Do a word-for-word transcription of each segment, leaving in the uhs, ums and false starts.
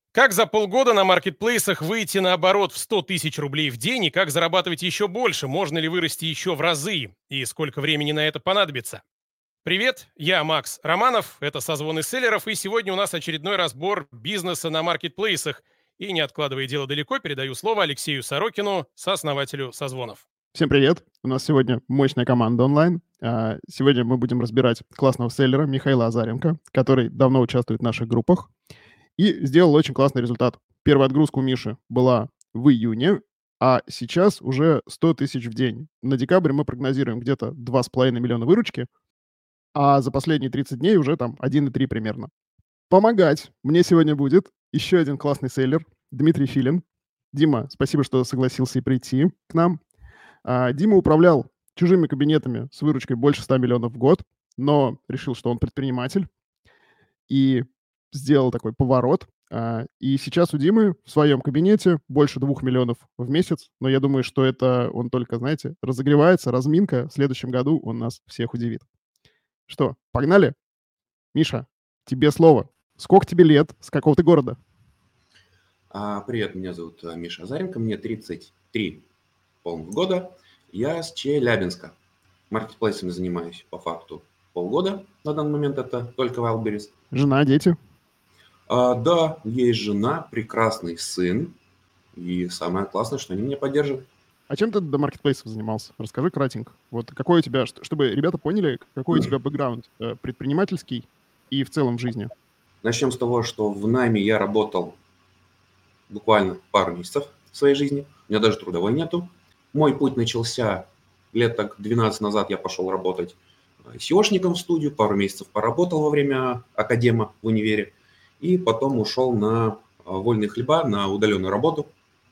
Как за полгода на маркетплейсах выйти на оборот в сто тысяч рублей в день и как зарабатывать еще больше? Можно ли вырасти еще в разы? И сколько времени на это понадобится? Привет, я Макс Романов, это «Созвоны селлеров», и сегодня у нас очередной разбор бизнеса на маркетплейсах. И не откладывая дело далеко, передаю слово Алексею Сорокину, сооснователю «Созвонов». Всем привет! У нас сегодня мощная команда онлайн. А, Сегодня мы будем разбирать классного селлера Михаила Азаренко, который давно участвует в наших группах и сделал очень классный результат. Первая отгрузка у Миши была в июне, а сейчас уже сто тысяч в день. На декабрь мы прогнозируем где-то два с половиной миллиона выручки, а за последние тридцать дней уже там один и три примерно. Помогать мне сегодня будет еще один классный селлер Дмитрий Филин. Дима, спасибо, что согласился и прийти к нам. А, Дима управлял чужими кабинетами с выручкой больше ста миллионов в год, но решил, что он предприниматель, и сделал такой поворот. А, И сейчас у Димы в своем кабинете больше двух миллионов в месяц, но я думаю, что это он только, знаете, разогревается, разминка. В следующем году он нас всех удивит. Что, погнали? Миша, тебе слово. Сколько тебе лет? С какого ты города? А, Привет, меня зовут а, Миша Азаренко, мне тридцать три полных года. Я с Челябинска. Маркетплейсами занимаюсь по факту полгода. На данный момент это только Wildberries. Жена, дети? А, да, есть жена, прекрасный сын. И самое классное, что они меня поддерживают. А чем ты до маркетплейсов занимался? Расскажи кратенько. Вот какой у тебя, ш- чтобы ребята поняли, какой у тебя бэкграунд э, предпринимательский и в целом в жизни. Начнем с того, что в найме я работал буквально пару месяцев в своей жизни. У меня даже трудовой нету. Мой путь начался лет так двенадцать назад. Я пошел работать сеошником в студию, пару месяцев поработал во время академа в универе. И потом ушел на а, вольные хлеба, на удаленную работу,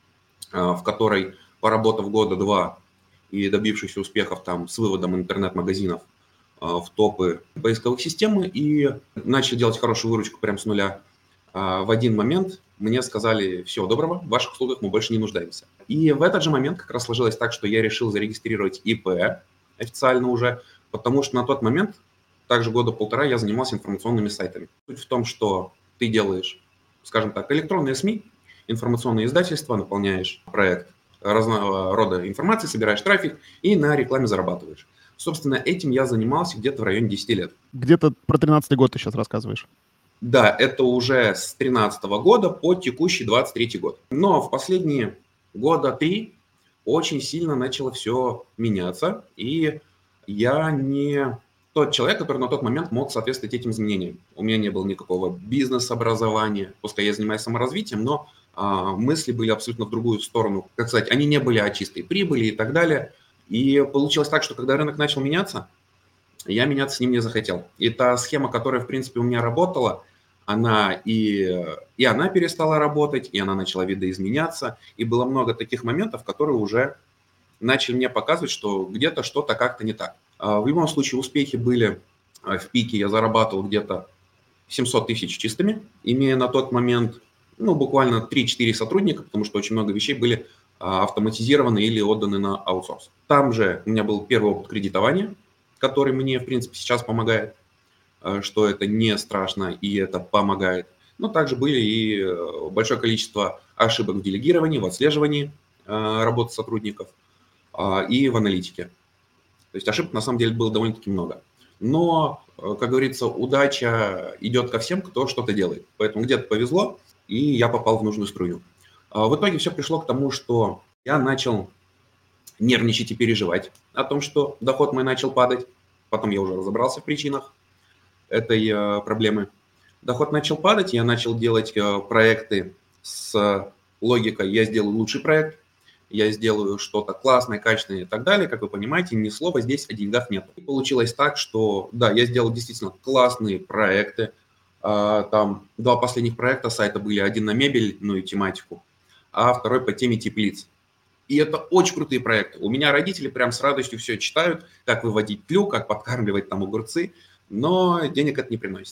а, в которой, поработав года два и добившись успехов там с выводом интернет-магазинов а, в топы поисковых систем, и начали делать хорошую выручку прямо с нуля, а, в один момент мне сказали: всего доброго, в ваших услугах мы больше не нуждаемся. И в этот же момент как раз сложилось так, что я решил зарегистрировать ИП официально уже, потому что на тот момент, также года полтора, я занимался информационными сайтами. Суть в том, что ты делаешь, скажем так, электронные СМИ, информационные издательства, наполняешь проект разного рода информации, собираешь трафик и на рекламе зарабатываешь. Собственно, этим я занимался где-то в районе десяти лет. Где-то про тринадцатый год ты сейчас рассказываешь. Да, это уже с тринадцатого года по текущий двадцать третий год. Но в последние года три очень сильно начало все меняться, и я не тот человек, который на тот момент мог соответствовать этим изменениям. У меня не было никакого бизнес-образования, пускай я занимаюсь саморазвитием, но а, мысли были абсолютно в другую сторону. Как сказать, они не были о чистой прибыли и так далее. И получилось так, что когда рынок начал меняться, я меняться с ним не захотел. И та схема, которая, в принципе, у меня работала, она и, и она перестала работать, и она начала видоизменяться. И было много таких моментов, которые уже начали мне показывать, что где-то что-то как-то не так. А В любом случае успехи были а, в пике. Я зарабатывал где-то семьсот тысяч чистыми, имея на тот момент ну, буквально три-четыре сотрудника, потому что очень много вещей были а, автоматизированы или отданы на аутсорс. Там же у меня был первый опыт кредитования, который мне, в принципе, сейчас помогает, э, что это не страшно и это помогает. Но также были и э, большое количество ошибок в делегировании, в отслеживании э, работы сотрудников а, и в аналитике. То есть ошибок на самом деле было довольно-таки много. Но, э, как говорится, удача идет ко всем, кто что-то делает. Поэтому где-то повезло, и я попал в нужную струю. А В итоге все пришло к тому, что я начал нервничать и переживать о том, что доход мой начал падать. Потом я уже разобрался в причинах этой э, проблемы. Доход начал падать, я начал делать э, проекты с логикой: я сделаю лучший проект, я сделаю что-то классное, качественное и так далее. Как вы понимаете, ни слова здесь о деньгах нет. И получилось так, что да, я сделал действительно классные проекты. А, Там два последних проекта сайта были: один на мебель, ну и тематику, а второй по теме теплиц. И это очень крутые проекты. У меня родители прям с радостью все читают, как выводить тлю, как подкармливать там огурцы, но денег это не приносит.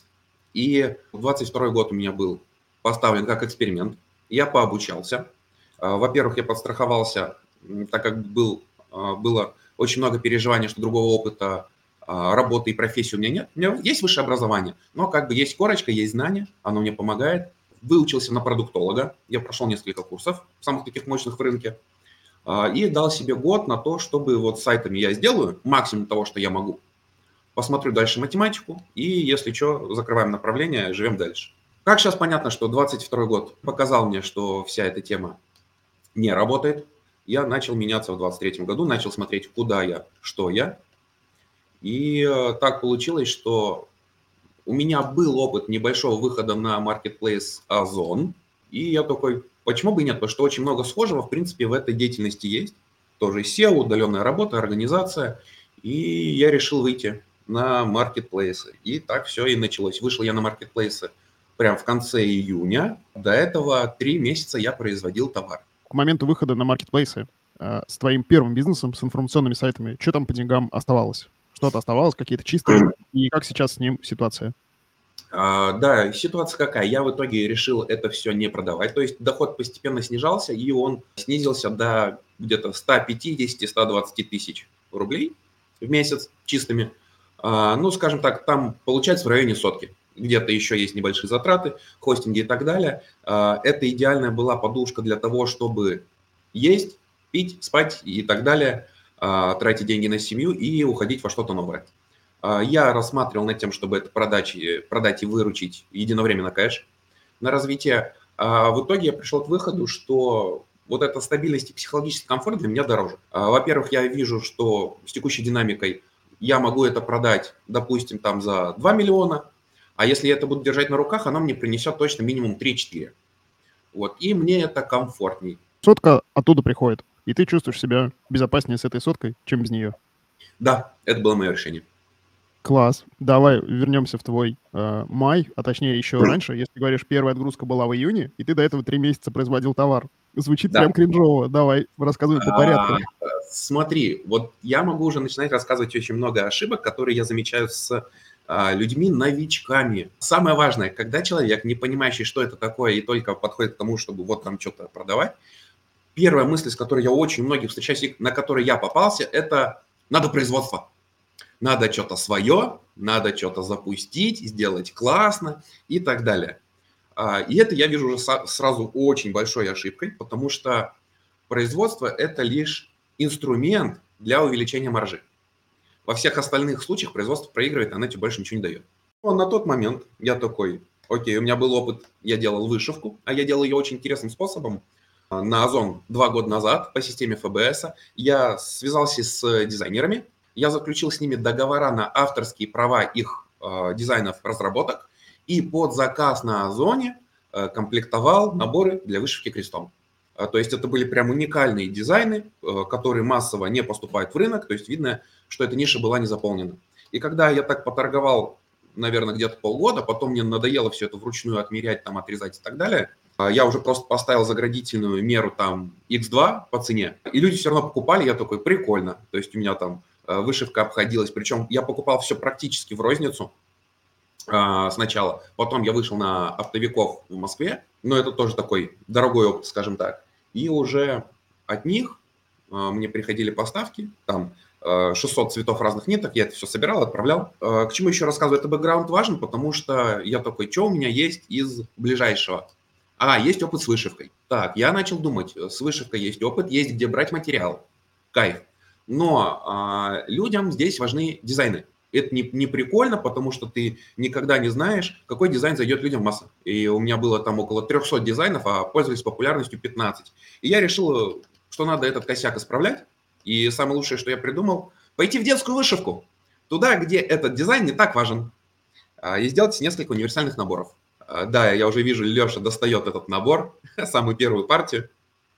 И двадцать второй год у меня был поставлен как эксперимент. Я пообучался. А, Во-первых, я подстраховался, м, так как был, а, было очень много переживаний, что другого опыта а, работы и профессии у меня нет. У меня есть высшее образование, но как бы есть корочка, есть знания, оно мне помогает. выучился на продуктолога, я прошел несколько курсов, самых таких мощных в рынке, и дал себе год на то, чтобы вот с сайтами я сделаю максимум того, что я могу. Посмотрю дальше математику, и если что, закрываем направление, живем дальше. Как сейчас понятно, что двадцать второй год показал мне, что вся эта тема не работает, я начал меняться в двадцать третьем году, начал смотреть, куда я, что я. И так получилось, что у меня был опыт небольшого выхода на Marketplace Озон, и я такой, почему бы и нет, потому что очень много схожего, в принципе, в этой деятельности есть. Тоже сео, удаленная работа, организация, и я решил выйти на маркетплейсы. И так все и началось. Вышел я на маркетплейсы прям в конце июня. До этого три месяца я производил товар. К моменту выхода на маркетплейсы э, с твоим первым бизнесом, с информационными сайтами, что там по деньгам оставалось? Что-то оставалось, какие-то чистые? И как сейчас с ним ситуация? А, да, ситуация какая? Я в итоге решил это все не продавать. То есть доход постепенно снижался, и он снизился до где-то сто пятьдесят - сто двадцать тысяч рублей в месяц чистыми. А, ну, скажем так, там получается в районе сотки. Где-то еще есть небольшие затраты, хостинги и так далее. А, это идеальная была подушка для того, чтобы есть, пить, спать и так далее, а, тратить деньги на семью и уходить во что-то новое. Я рассматривал над тем, чтобы это продать, продать и выручить единовременно кэш на развитие. А в итоге я пришел к выходу, что вот эта стабильность и психологический комфорт для меня дороже. Во-первых, я вижу, что с текущей динамикой я могу это продать, допустим, там за два миллиона, а если я это буду держать на руках, оно мне принесет точно минимум три-четыре. Вот, и мне это комфортней. Сотка оттуда приходит, и ты чувствуешь себя безопаснее с этой соткой, чем без нее. Да, это было мое решение. Класс. Давай вернемся в твой э, май, а точнее еще раньше. Если говоришь, первая отгрузка была в июне, и ты до этого три месяца производил товар. Звучит Да. прям кринжово. Давай, рассказывай по порядку. А, смотри, вот я могу уже начинать рассказывать очень много ошибок, которые я замечаю с а, людьми-новичками. Самое важное, когда человек, не понимающий, что это такое, и только подходит к тому, чтобы вот там что-то продавать, первая мысль, с которой я очень многих встречаюсь, и на которой я попался, это надо производство. Надо что-то свое, надо что-то запустить, сделать классно и так далее. И это я вижу уже сразу очень большой ошибкой, потому что производство – это лишь инструмент для увеличения маржи. Во всех остальных случаях производство проигрывает, оно тебе больше ничего не дает. Но на тот момент я такой, окей, у меня был опыт, я делал вышивку, а я делал ее очень интересным способом. На Озон два года назад по системе эф бэ эс я связался с дизайнерами, я заключил с ними договора на авторские права их э, дизайнов, разработок, и под заказ на Озоне э, комплектовал наборы для вышивки крестом. Э, то есть это были прям уникальные дизайны, э, которые массово не поступают в рынок, то есть видно, что эта ниша была не заполнена. И когда я так поторговал, наверное, где-то полгода, потом мне надоело все это вручную отмерять, там, отрезать и так далее, э, я уже просто поставил заградительную меру там икс два по цене, и люди все равно покупали, я такой, прикольно, то есть у меня там вышивка обходилась, причем я покупал все практически в розницу а, сначала, потом я вышел на оптовиков в Москве, но это тоже такой дорогой опыт, скажем так, и уже от них а, мне приходили поставки, там а, шестьсот цветов разных ниток, я это все собирал, отправлял. А, к чему еще рассказываю, это бэкграунд важен, потому что я такой, что у меня есть из ближайшего? А, есть опыт с вышивкой. Так, я начал думать, с вышивкой есть опыт, есть где брать материал, кайф. Но а, людям здесь важны дизайны. Это не, не прикольно, потому что ты никогда не знаешь, какой дизайн зайдет людям в массу. И у меня было там около трехсот дизайнов, а пользовались популярностью пятнадцать. И я решил, что надо этот косяк исправлять. И самое лучшее, что я придумал, пойти в детскую вышивку. Туда, где этот дизайн не так важен. И сделать несколько универсальных наборов. Да, я уже вижу, Леша достает этот набор, самую первую партию.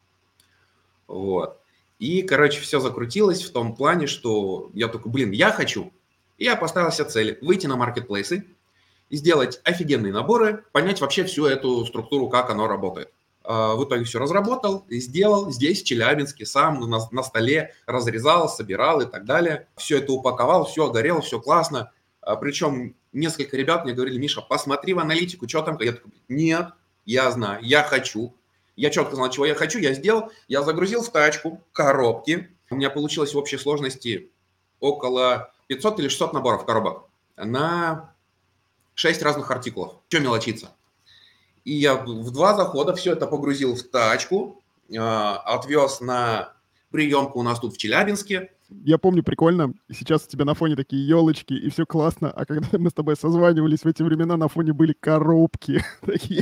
Вот. И, короче, все закрутилось в том плане, что я такой, блин, я хочу. И я поставил себе цель выйти на маркетплейсы, сделать офигенные наборы, понять вообще всю эту структуру, как оно работает. В итоге все разработал, сделал здесь, в Челябинске, сам на, на столе разрезал, собирал и так далее. Все это упаковал, все горело, все классно. Причем несколько ребят мне говорили, Миша, посмотри в аналитику, что там. Я такой, нет, я знаю, я хочу. Я четко знал, чего я хочу, я сделал. Я загрузил в тачку коробки. У меня получилось в общей сложности около пятьсот или шестьсот наборов коробок на шесть разных артикулов. Что мелочиться? И я в два захода все это погрузил в тачку, отвез на приемку у нас тут в Челябинске. Я помню, прикольно. Сейчас у тебя на фоне такие елочки, и все классно. А когда мы с тобой созванивались в эти времена, на фоне были коробки такие.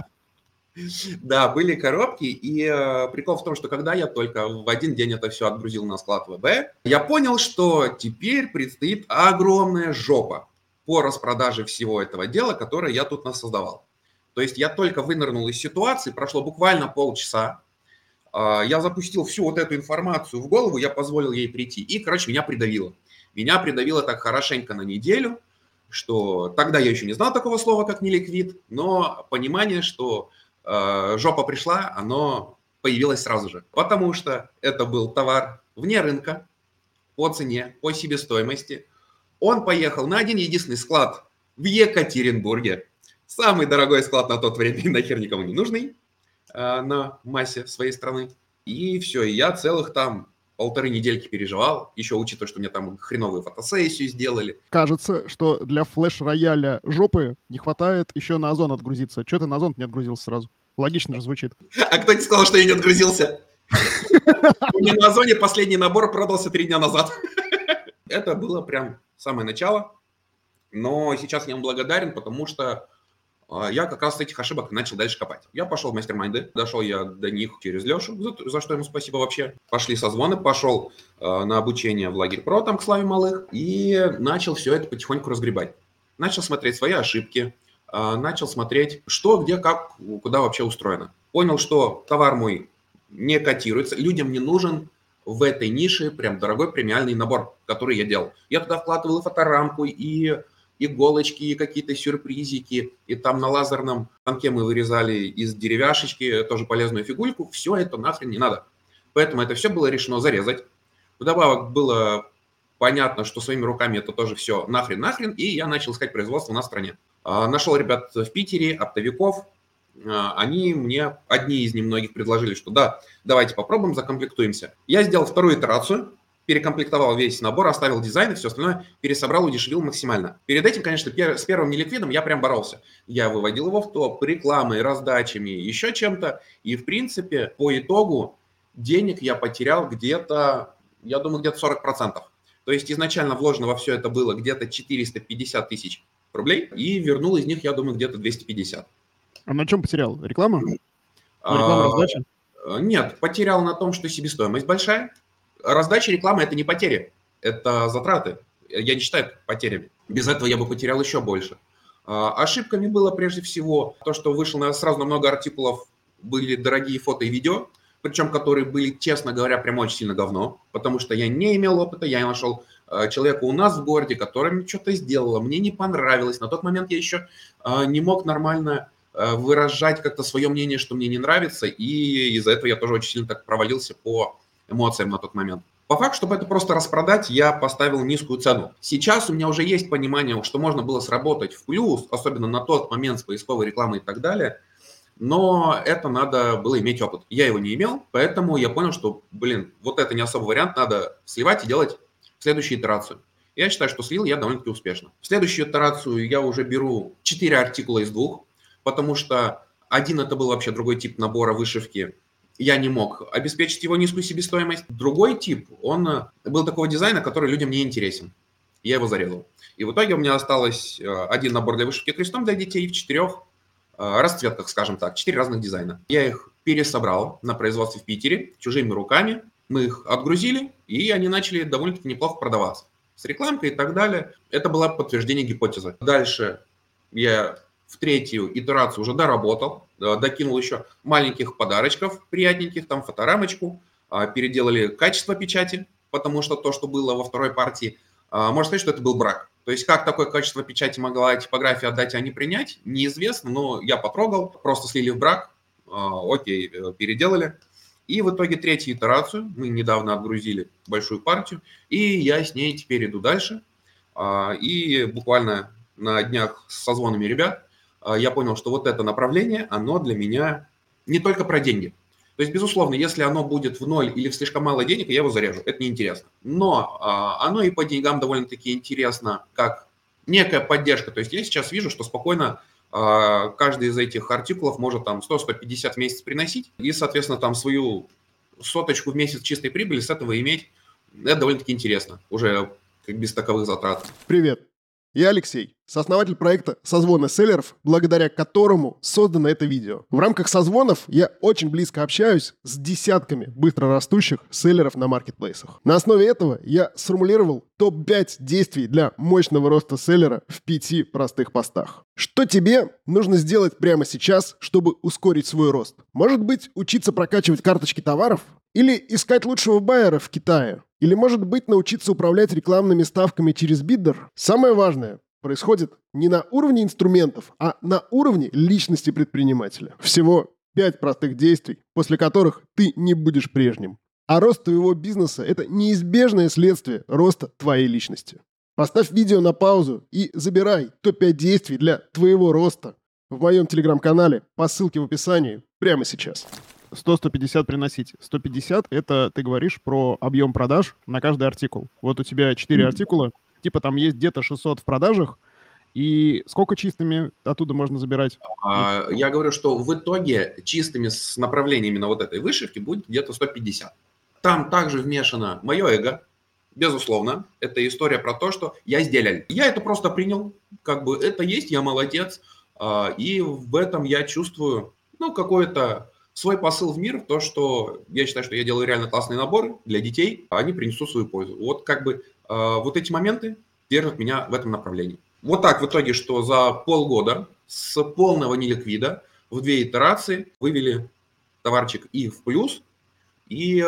Да, были коробки, и э, прикол в том, что когда я только в один день это все отгрузил на склад ВБ, я понял, что теперь предстоит огромная жопа по распродаже всего этого дела, которое я тут насоздавал. То есть я только вынырнул из ситуации, прошло буквально полчаса, э, я запустил всю вот эту информацию в голову, я позволил ей прийти, и, короче, меня придавило. Меня придавило так хорошенько на неделю, что тогда я еще не знал такого слова, как неликвид, но понимание, что жопа пришла, оно появилось сразу же. Потому что это был товар вне рынка, по цене, по себестоимости. Он поехал на один единственный склад в Екатеринбурге. Самый дорогой склад на тот время, нахер никому не нужный, на массе своей страны. И все, и я целых там полторы недельки переживал, еще учитывая, что мне там хреновую фотосессию сделали. Кажется, что для флеш-рояля жопы не хватает еще на Озон отгрузиться. Что ты на Озон не отгрузился сразу? Логично же звучит. А кто тебе сказал, что я не отгрузился? У меня на Озоне последний набор продался три дня назад. Это было прям самое начало. Но сейчас я им благодарен, потому что я как раз с этих ошибок начал дальше копать. Я пошел в мастер-майнды, дошел я до них через Лешу, за, за что ему спасибо вообще. Пошли созвоны, пошел э, на обучение в лагерь ПРО, там к Славе Малых, и начал все это потихоньку разгребать. Начал смотреть свои ошибки, э, начал смотреть, что, где, как, куда вообще устроено. Понял, что товар мой не котируется, людям не нужен в этой нише прям дорогой премиальный набор, который я делал. Я туда вкладывал и фоторамку, и иголочки, и какие-то сюрпризики, и там на лазерном станке мы вырезали из деревяшечки тоже полезную фигульку. Все это нахрен не надо. Поэтому это все было решено зарезать. Вдобавок было понятно, что своими руками это тоже все нахрен-нахрен, и я начал искать производство на стране. Нашел ребят в Питере, оптовиков. Они мне, одни из немногих, предложили, что да, давайте попробуем, закомплектуемся. Я сделал вторую итерацию, перекомплектовал весь набор, оставил дизайн и все остальное, пересобрал, удешевил максимально. Перед этим, конечно, с первым неликвидом я прям боролся. Я выводил его в топ рекламой, раздачами, еще чем-то. И, в принципе, по итогу денег я потерял где-то, я думаю, где-то сорок процентов. То есть изначально вложено во все это было где-то четыреста пятьдесят тысяч рублей, и вернул из них, я думаю, где-то двести пятьдесят. А на чем потерял? Реклама? Реклама, раздача? Нет, потерял на том, что себестоимость большая. Раздача рекламы – это не потери, это затраты. Я не считаю это потерями. Без этого я бы потерял еще больше. Ошибками было прежде всего то, что вышло на, сразу на много артикулов, были дорогие фото и видео, причем которые были, честно говоря, прям очень сильно говно, потому что я не имел опыта, я нашел человека у нас в городе, который мне что-то сделал, мне не понравилось. На тот момент я еще не мог нормально выражать как-то свое мнение, что мне не нравится, и из-за этого я тоже очень сильно так провалился по эмоциям на тот момент. По факту, чтобы это просто распродать, я поставил низкую цену. Сейчас у меня уже есть понимание, что можно было сработать в плюс, особенно на тот момент с поисковой рекламой и так далее, но это надо было иметь опыт. Я его не имел, поэтому я понял, что, блин, вот это не особый вариант, надо сливать и делать следующую итерацию. Я считаю, что слил я довольно-таки успешно. В следующую итерацию я уже беру четыре артикула из двух, потому что один это был вообще другой тип набора вышивки, я не мог обеспечить его низкую себестоимость. Другой тип, он был такого дизайна, который людям не интересен. Я его зарезал. И в итоге у меня осталось один набор для вышивки крестом для детей в четырех расцветках, скажем так, четыре разных дизайна. Я их пересобрал на производстве в Питере чужими руками. Мы их отгрузили, и они начали довольно-таки неплохо продаваться. С рекламкой и так далее. Это было подтверждение гипотезы. Дальше я в третью итерацию уже доработал, докинул еще маленьких подарочков, приятненьких, там фоторамочку, переделали качество печати, потому что то, что было во второй партии, можно сказать, что это был брак. То есть как такое качество печати могла типография отдать, а не принять, неизвестно, но я потрогал, просто слили в брак, окей, переделали. И в итоге третью итерацию мы недавно отгрузили большую партию, и я с ней теперь иду дальше. И буквально на днях с созвонами ребят я понял, что вот это направление, оно для меня не только про деньги. То есть, безусловно, если оно будет в ноль или в слишком мало денег, я его зарежу. Это неинтересно. Но а, оно и по деньгам довольно-таки интересно, как некая поддержка. То есть я сейчас вижу, что спокойно а каждый из этих артикулов может там сто - сто пятьдесят в месяц приносить, и, соответственно, там свою соточку в месяц чистой прибыли с этого иметь, это довольно-таки интересно, уже как без таковых затрат. Привет, я Алексей, сооснователь проекта «Созвоны селлеров», благодаря которому создано это видео. В рамках созвонов я очень близко общаюсь с десятками быстрорастущих селлеров на маркетплейсах. На основе этого я сформулировал топ пять действий для мощного роста селлера в пяти простых постах. Что тебе нужно сделать прямо сейчас, чтобы ускорить свой рост? Может быть, учиться прокачивать карточки товаров? Или искать лучшего байера в Китае? Или, может быть, научиться управлять рекламными ставками через биддер? Самое важное происходит не на уровне инструментов, а на уровне личности предпринимателя. Всего пять простых действий, после которых ты не будешь прежним. А рост твоего бизнеса – это неизбежное следствие роста твоей личности. Поставь видео на паузу и забирай топ пять действий для твоего роста в моем телеграм-канале по ссылке в описании прямо сейчас. сто - сто пятьдесят приносить. сто пятьдесят – это ты говоришь про объем продаж на каждый артикул. Вот у тебя четыре артикула, типа там есть где-то шестьсот в продажах, и сколько чистыми оттуда можно забирать? А, я говорю, что в итоге чистыми с направлениями на вот этой вышивке будет где-то сто пятьдесят. Там также вмешано мое эго, безусловно. Это история про то, что я сделал. Я это просто принял, как бы это есть, я молодец. И в этом я чувствую, ну, какой-то свой посыл в мир, то, что я считаю, что я делаю реально классные наборы для детей, а они принесут свою пользу. Вот как бы вот эти моменты держат меня в этом направлении. Вот так в итоге, что за полгода с полного неликвида в две итерации вывели товарчик и в плюс, и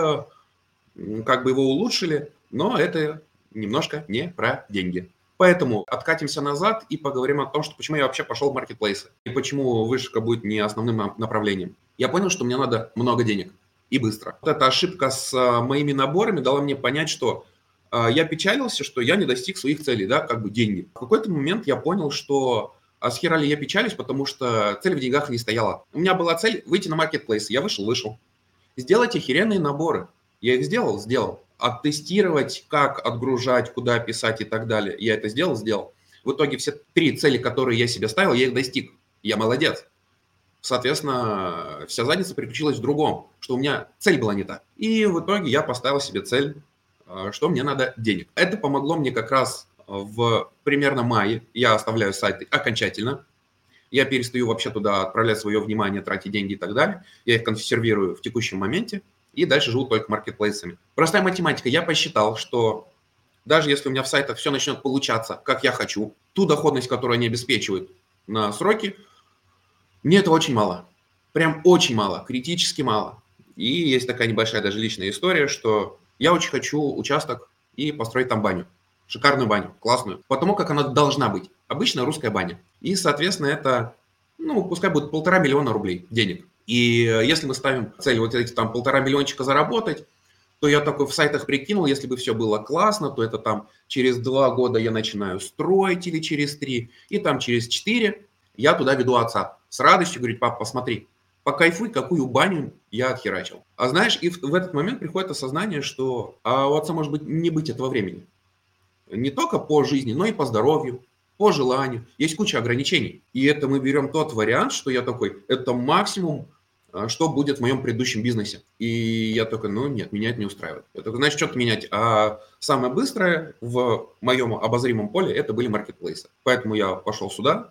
как бы его улучшили, но это немножко не про деньги. Поэтому откатимся назад и поговорим о том, что почему я вообще пошел в маркетплейсы и почему вышивка будет не основным направлением. Я понял, что мне надо много денег и быстро. Вот эта ошибка с моими наборами дала мне понять, что э, я печалился, что я не достиг своих целей, да, как бы деньги. В какой-то момент я понял, что а с хера ли я печалюсь, потому что цель в деньгах не стояла. У меня была цель выйти на маркетплейсы, я вышел, вышел. Сделать охеренные наборы. Я их сделал, сделал. Оттестировать, как отгружать, куда писать и так далее. Я это сделал, сделал. В итоге все три цели, которые я себе ставил, я их достиг. Я молодец. Соответственно, вся задница переключилась в другом, что у меня цель была не та. И в итоге я поставил себе цель, что мне надо денег. Это помогло мне как раз в примерно мае. Я оставляю сайты окончательно. Я перестаю вообще туда отправлять свое внимание, тратить деньги и так далее. Я их консервирую в текущем моменте. И дальше живу только маркетплейсами. Простая математика. Я посчитал, что даже если у меня в сайтах все начнет получаться, как я хочу, ту доходность, которую они обеспечивают на сроки, мне это очень мало. Прям очень мало, критически мало. И есть такая небольшая даже личная история, что я очень хочу участок и построить там баню. Шикарную баню, классную. Потому как она должна быть. Обычная русская баня. И, соответственно, это, ну, пускай будет полтора миллиона рублей денег. И если мы ставим цель вот эти там полтора миллиончика заработать, то я такой в сайтах прикинул, если бы все было классно, то это там через два года я начинаю строить или через три, и там через четыре я туда веду отца. С радостью говорит: пап, посмотри, покайфуй, какую баню я отхерачил. А знаешь, и в, в этот момент приходит осознание, что а у отца может быть не быть этого времени. Не только по жизни, но и по здоровью, по желанию. Есть куча ограничений. И это мы берем тот вариант, что я такой, это максимум, что будет в моем предыдущем бизнесе. И я такой, ну нет, меня это не устраивает. Я такой, значит, что-то менять. А самое быстрое в моем обозримом поле это были маркетплейсы. Поэтому я пошел сюда,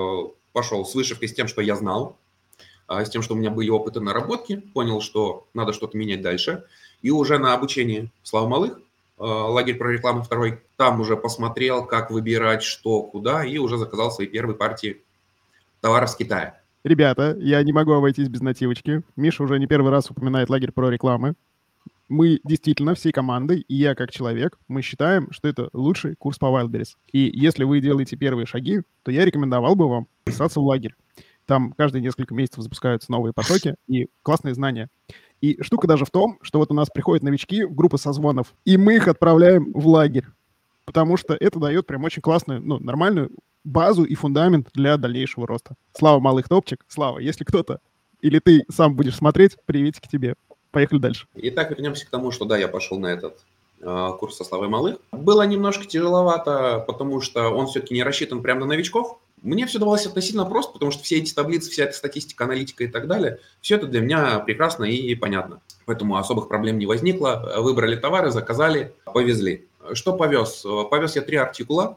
пошел с вышивкой, с тем, что я знал, с тем, что у меня были опыты наработки, понял, что надо что-то менять дальше. И уже на обучении Славы Малых, лагерь про рекламу второй, там уже посмотрел, как выбирать что, куда, и уже заказал свои первые партии товаров с Китая. Ребята, я не могу обойтись без нативочки. Миша уже не первый раз упоминает лагерь про рекламы. Мы действительно всей командой, и я как человек, мы считаем, что это лучший курс по Wildberries. И если вы делаете первые шаги, то я рекомендовал бы вам записаться в лагерь. Там каждые несколько месяцев запускаются новые потоки и классные знания. И штука даже в том, что вот у нас приходят новички в группы созвонов, и мы их отправляем в лагерь. Потому что это дает прям очень классную, ну, нормальную базу и фундамент для дальнейшего роста. Слава, Малых, топчик. Слава, если кто-то или ты сам будешь смотреть, приветики тебе. Поехали дальше. Итак, вернемся к тому, что да, я пошел на этот э, курс со Славой Малых. Было немножко тяжеловато, потому что он все-таки не рассчитан прямо на новичков. Мне все давалось относительно просто, потому что все эти таблицы, вся эта статистика, аналитика и так далее, все это для меня прекрасно и понятно. Поэтому особых проблем не возникло. Выбрали товары, заказали, повезли. Что повез? Повез я три артикула.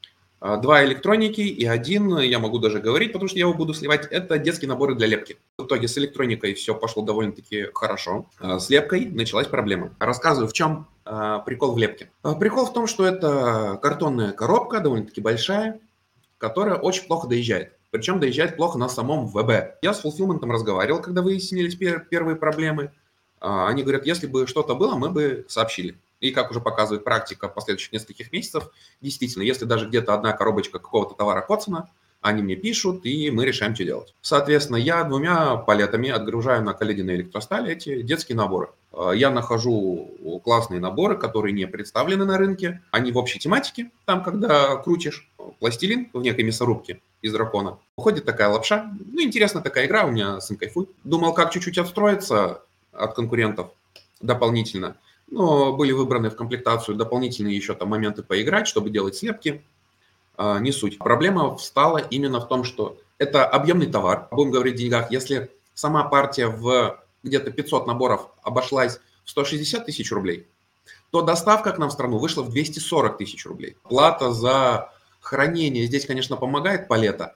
Два электроники и один, я могу даже говорить, потому что я его буду сливать, это детские наборы для лепки. В итоге с электроникой все пошло довольно-таки хорошо. С лепкой началась проблема. Рассказываю, в чем прикол в лепке. Прикол в том, что это картонная коробка, довольно-таки большая, которая очень плохо доезжает. Причем доезжает плохо на самом ВБ. Я с фулфилментом разговаривал, когда выяснились первые проблемы. Они говорят, если бы что-то было, мы бы сообщили. И как уже показывает практика последующих нескольких месяцев, действительно, если даже где-то одна коробочка какого-то товара коцана, они мне пишут, и мы решаем, что делать. Соответственно, я двумя палетами отгружаю на Калединой электростали эти детские наборы. Я нахожу классные наборы, которые не представлены на рынке. Они в общей тематике. Там, когда крутишь пластилин в некой мясорубке из дракона, уходит такая лапша. Ну, интересная такая игра, у меня сын кайфует. Думал, как чуть-чуть отстроиться от конкурентов дополнительно. Но были выбраны в комплектацию дополнительные еще там моменты поиграть, чтобы делать слепки. А, не суть. Проблема встала именно в том, что это объемный товар. Будем говорить в деньгах. Если сама партия в где-то пятьсот наборов обошлась в сто шестьдесят тысяч рублей, то доставка к нам в страну вышла в двести сорок тысяч рублей. Плата за хранение здесь, конечно, помогает палета,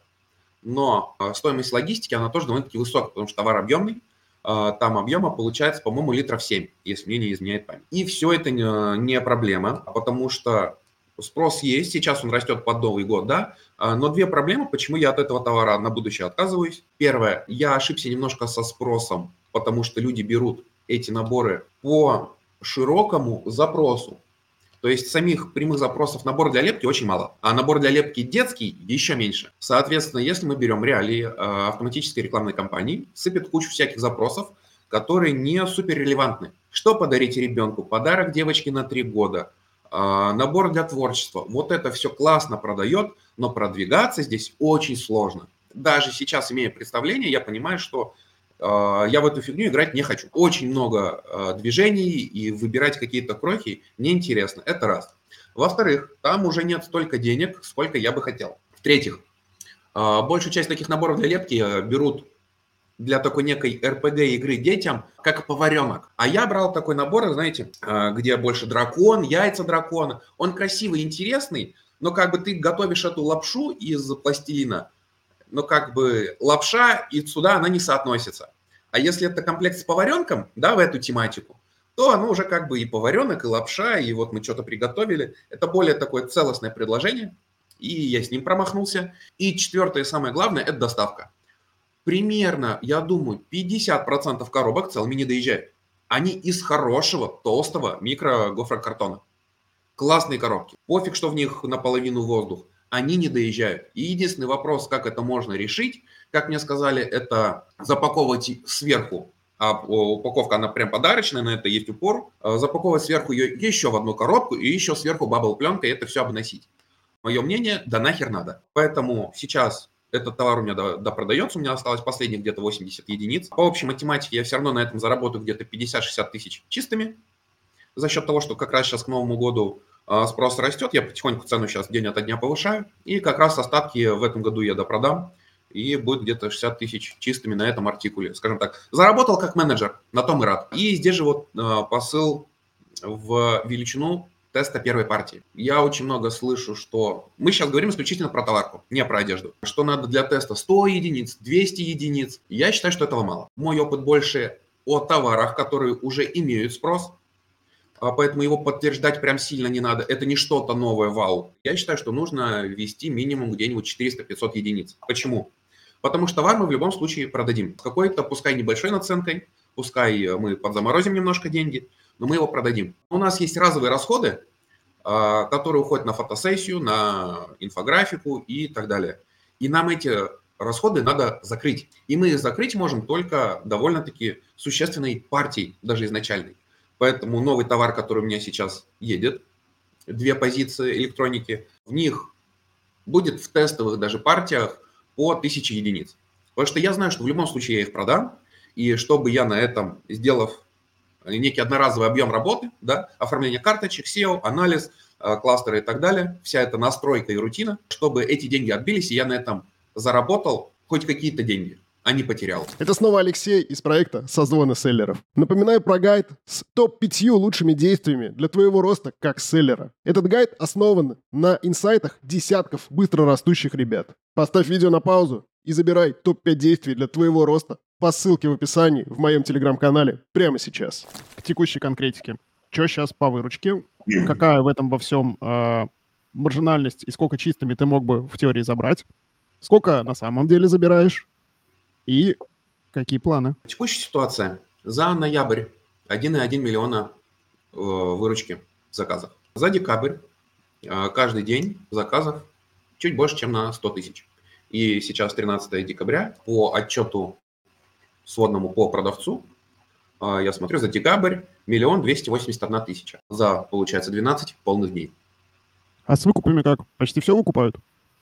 но стоимость логистики, она тоже довольно-таки высокая, потому что товар объемный. Там объема получается, по-моему, литров семь, если мне не изменяет память. И все это не проблема, потому что спрос есть, сейчас он растет под Новый год, да, но две проблемы, почему я от этого товара на будущее отказываюсь. Первое, я ошибся немножко со спросом, потому что люди берут эти наборы по широкому запросу. То есть самих прямых запросов набор для лепки очень мало, а набор для лепки детский еще меньше. Соответственно, если мы берем реалии автоматической рекламной кампании, сыпет кучу всяких запросов, которые не супер релевантны. Что подарить ребенку? Подарок девочке на три года, набор для творчества. Вот это все классно продает, но продвигаться здесь очень сложно. Даже сейчас, имея представление, я понимаю, что я в эту фигню играть не хочу. Очень много движений, и выбирать какие-то крохи неинтересно. Это раз. Во-вторых, там уже нет столько денег, сколько я бы хотел. В-третьих, большую часть таких наборов для лепки берут для такой некой эр пи джи-игры детям, как поваренок. А я брал такой набор, знаете, где больше дракон, яйца дракона. Он красивый, интересный, но как бы ты готовишь эту лапшу из пластилина, но как бы лапша, и сюда она не соотносится. А если это комплект с поваренком, да, в эту тематику, то оно уже как бы и поваренок, и лапша, и вот мы что-то приготовили. Это более такое целостное предложение, и я с ним промахнулся. И четвертое, самое главное, это доставка. Примерно, я думаю, пятьдесят процентов коробок целыми не доезжают. Они из хорошего, толстого микро-гофрокартона. Классные коробки. Пофиг, что в них наполовину воздух. Они не доезжают. И единственный вопрос, как это можно решить, как мне сказали, это запаковывать сверху. А упаковка, она прям подарочная, на это есть упор. Запаковывать сверху ее еще в одну коробку и еще сверху бабл-пленкой это все обносить. Мое мнение, да нахер надо. Поэтому сейчас этот товар у меня допродается, у меня осталось последних где-то восемьдесят единиц. По общей математике я все равно на этом заработаю где-то пятьдесят-шестьдесят тысяч чистыми. За счет того, что как раз сейчас к Новому году спрос растет, я потихоньку цену сейчас день ото дня повышаю, и как раз остатки в этом году я допродам, и будет где-то шестьдесят тысяч чистыми на этом артикуле, скажем так. Заработал как менеджер, на том и рад. И здесь же вот посыл в величину теста первой партии. Я очень много слышу, что мы сейчас говорим исключительно про товарку, не про одежду. Что надо для теста сто единиц, двести единиц. Я считаю, что этого мало. Мой опыт больше о товарах, которые уже имеют спрос, поэтому его подтверждать прям сильно не надо. Это не что-то новое, вау. Я считаю, что нужно ввести минимум где-нибудь четыреста-пятьсот единиц. Почему? Потому что товар мы в любом случае продадим. С какой-то, пускай небольшой наценкой, пускай мы подзаморозим немножко деньги, но мы его продадим. У нас есть разовые расходы, которые уходят на фотосессию, на инфографику и так далее. И нам эти расходы надо закрыть. И мы их закрыть можем только довольно-таки существенной партией, даже изначальной. Поэтому новый товар, который у меня сейчас едет, две позиции электроники, в них будет в тестовых даже партиях по тысяче единиц. Потому что я знаю, что в любом случае я их продам, и чтобы я на этом, сделав некий одноразовый объем работы, да, оформление карточек, сео, анализ, кластеры и так далее. Вся эта настройка и рутина, чтобы эти деньги отбились, и я на этом заработал хоть какие-то деньги, а не потерял. Это снова Алексей из проекта «Созвоны селлеров». Напоминаю про гайд с топ пятью лучшими действиями для твоего роста как селлера. Этот гайд основан на инсайтах десятков быстро растущих ребят. Поставь видео на паузу и забирай топ пять действий для твоего роста по ссылке в описании в моем телеграм-канале прямо сейчас. К текущей конкретике. Что сейчас по выручке? Какая в этом во всем э, маржинальность и сколько чистыми ты мог бы в теории забрать? Сколько на самом деле забираешь? И какие планы? Текущая ситуация. За ноябрь один и один миллиона э, выручки в заказах. За декабрь э, каждый день заказов чуть больше, чем на сто тысяч. И сейчас тринадцатое декабря по отчету сводному по продавцу э, я смотрю за декабрь миллион двести восемьдесят одна тысяча. За, получается, двенадцать полных дней. А с выкупами как? Почти все выкупают?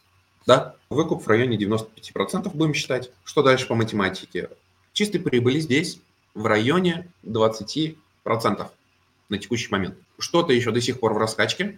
Да, выкуп в районе девяносто пять процентов будем считать. Что дальше по математике? Чистой прибыли здесь в районе двадцать процентов на текущий момент. Что-то еще до сих пор в раскачке,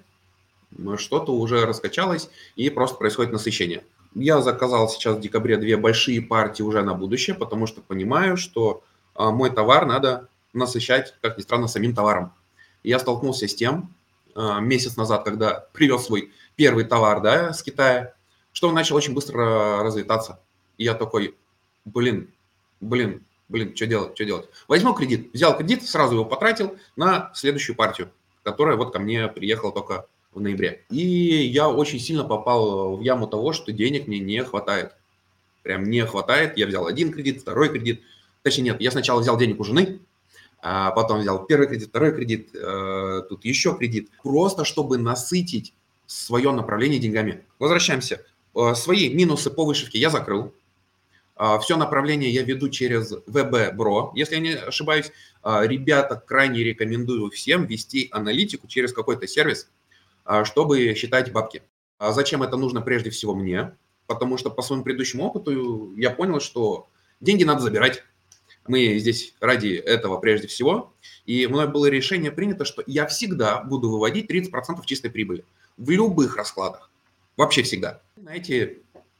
что-то уже раскачалось и просто происходит насыщение. Я заказал сейчас в декабре две большие партии уже на будущее, потому что понимаю, что а, мой товар надо насыщать, как ни странно, самим товаром. Я столкнулся с тем а, месяц назад, когда привез свой первый товар, да, с Китая, что он начал очень быстро разлетаться. И я такой, блин, блин, блин, что делать, что делать? Возьму кредит. Взял кредит, сразу его потратил на следующую партию, которая вот ко мне приехала только в ноябре. И я очень сильно попал в яму того, что денег мне не хватает. Прям не хватает. Я взял один кредит, второй кредит. Точнее, нет, я сначала взял денег у жены, а потом взял первый кредит, второй кредит, э, тут еще кредит. Просто чтобы насытить свое направление деньгами. Возвращаемся. Свои минусы по вышивке я закрыл. Все направление я веду через ви би Bro. Если я не ошибаюсь, ребята, крайне рекомендую всем вести аналитику через какой-то сервис, чтобы считать бабки. Зачем это нужно прежде всего мне? Потому что по своему предыдущему опыту я понял, что деньги надо забирать. Мы здесь ради этого прежде всего. И мной было решение принято, что я всегда буду выводить тридцать процентов чистой прибыли. В любых раскладах. Вообще всегда. На эти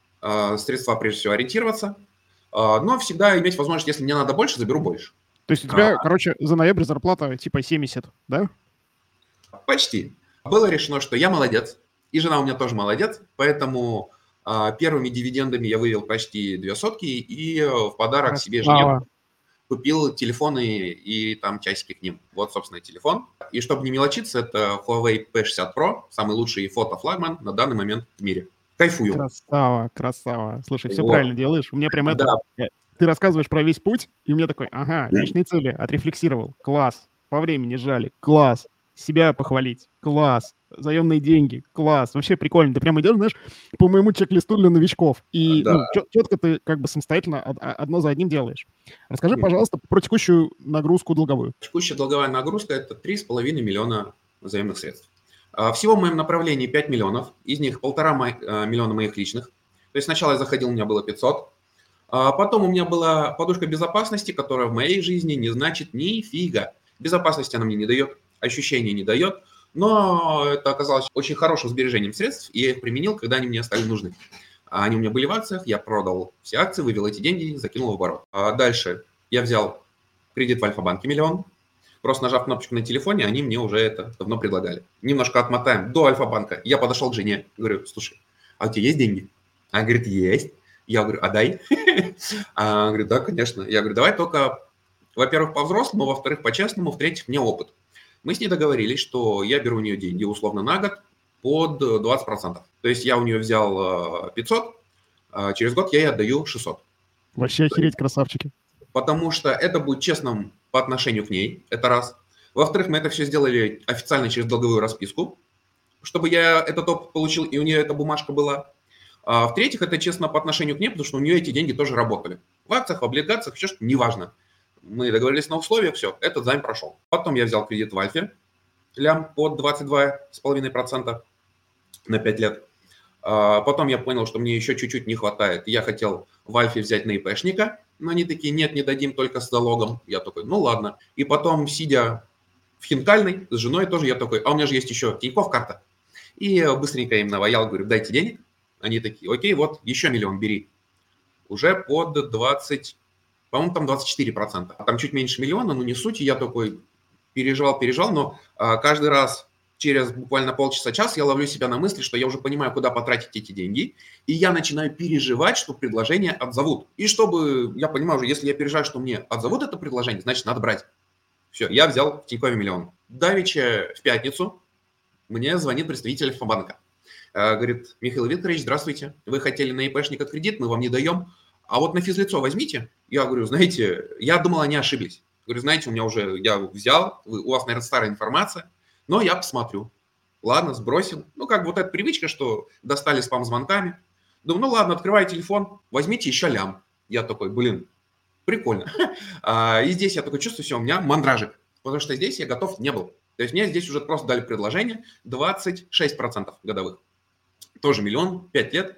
э, средства прежде всего ориентироваться, э, но всегда иметь возможность, если мне надо больше, заберу больше. То есть у тебя, а, короче, за ноябрь зарплата типа семьдесят, да? Почти. Было решено, что я молодец, и жена у меня тоже молодец, поэтому э, первыми дивидендами я вывел почти две сотки, и э, в подарок Красава. себе жене купил телефоны и там часики к ним. Вот, собственно, телефон. И чтобы не мелочиться, это Huawei пи шестьдесят Pro, самый лучший фотофлагман на данный момент в мире. Кайфую. Красава, красава. Слушай, все Вот. правильно делаешь. У меня прям это... Да. Ты рассказываешь про весь путь, и у меня такой, ага, личные цели, отрефлексировал. Класс. По времени жали. Класс. Себя похвалить. Класс. Заемные деньги. Класс. Вообще прикольно. Ты прямо идешь, знаешь, по моему чек-листу для новичков. И Да. ну, чет- четко ты как бы самостоятельно од- одно за одним делаешь. Расскажи, Конечно. пожалуйста, про текущую нагрузку долговую. Текущая долговая нагрузка – это три с половиной миллиона заемных средств. А, Всего в моем направлении пять миллионов, из них полтора мо- э, миллиона моих личных. То есть сначала я заходил, у меня было пятьсот. А Потом у меня была подушка безопасности, которая в моей жизни не значит нифига. Безопасности она мне не дает, ощущения не дает, но это оказалось очень хорошим сбережением средств, и я их применил, когда они мне стали нужны. А Они у меня были в акциях, я продал все акции, вывел эти деньги, закинул в оборот. А Дальше я взял кредит в Альфа-банке миллион. Просто нажав кнопочку на телефоне, они мне уже это давно предлагали. Немножко отмотаем до Альфа-банка. Я подошел к жене, говорю, слушай, а у тебя есть деньги? Она говорит, есть. Я говорю, а дай? Она говорит, да, конечно. Я говорю, давай только, во-первых, по-взрослому, во-вторых, по-честному, в-третьих, мне опыт. Мы с ней договорились, что я беру у нее деньги условно на год под двадцать процентов. То есть я у нее взял пятьсот, а через год я ей отдаю шестьсот. Вообще охереть, красавчики. Потому что это будет честным по отношению к ней, это раз. Во-вторых, мы это все сделали официально через долговую расписку, чтобы я этот опыт получил, и у нее эта бумажка была. А в-третьих, это честно по отношению к ней, потому что у нее эти деньги тоже работали. В акциях, в облигациях, еще что-то, неважно. Мы договорились на условиях, все, этот займ прошел. Потом я взял кредит в Альфе, лям под двадцать два с половиной процента на пять лет. А потом я понял, что мне еще чуть-чуть не хватает. Я хотел в Альфе взять на ИПшника, но они такие, нет, не дадим, только с залогом. Я такой, ну ладно. И потом, сидя в Хинкальной с женой тоже, я такой, а у меня же есть еще Тинькофф карта. И быстренько им наваял, говорю, дайте денег. Они такие, окей, вот еще миллион бери. Уже под двадцать, по-моему, там двадцать четыре процента. Там чуть меньше миллиона, но не суть. И я такой переживал, переживал, но а, каждый раз через буквально полчаса-час я ловлю себя на мысли, что я уже понимаю, куда потратить эти деньги, и я начинаю переживать, что предложение отзовут. И чтобы, я понимаю уже, если я переживаю, что мне отзовут это предложение, значит, надо брать. Все, я взял в Тинькове миллион. Давеча в пятницу мне звонит представитель Альфа-банка. Говорит, Михаил Викторович, здравствуйте. Вы хотели на ИПшника кредит, мы вам не даем. А вот на физлицо возьмите. Я говорю, знаете, я думал, они ошиблись. Говорю, знаете, у меня уже, я взял, у вас, наверное, старая информация, но я посмотрю. Ладно, сбросил. Ну, как вот эта привычка, что достали спам-звонками. Думаю, ну ладно, открываю телефон, возьмите еще лям. Я такой, блин, прикольно. И здесь я такой чувствую, все, у меня мандражик. Потому что здесь я готов не был. То есть мне здесь уже просто дали предложение двадцать шесть процентов годовых. Тоже миллион, пять лет.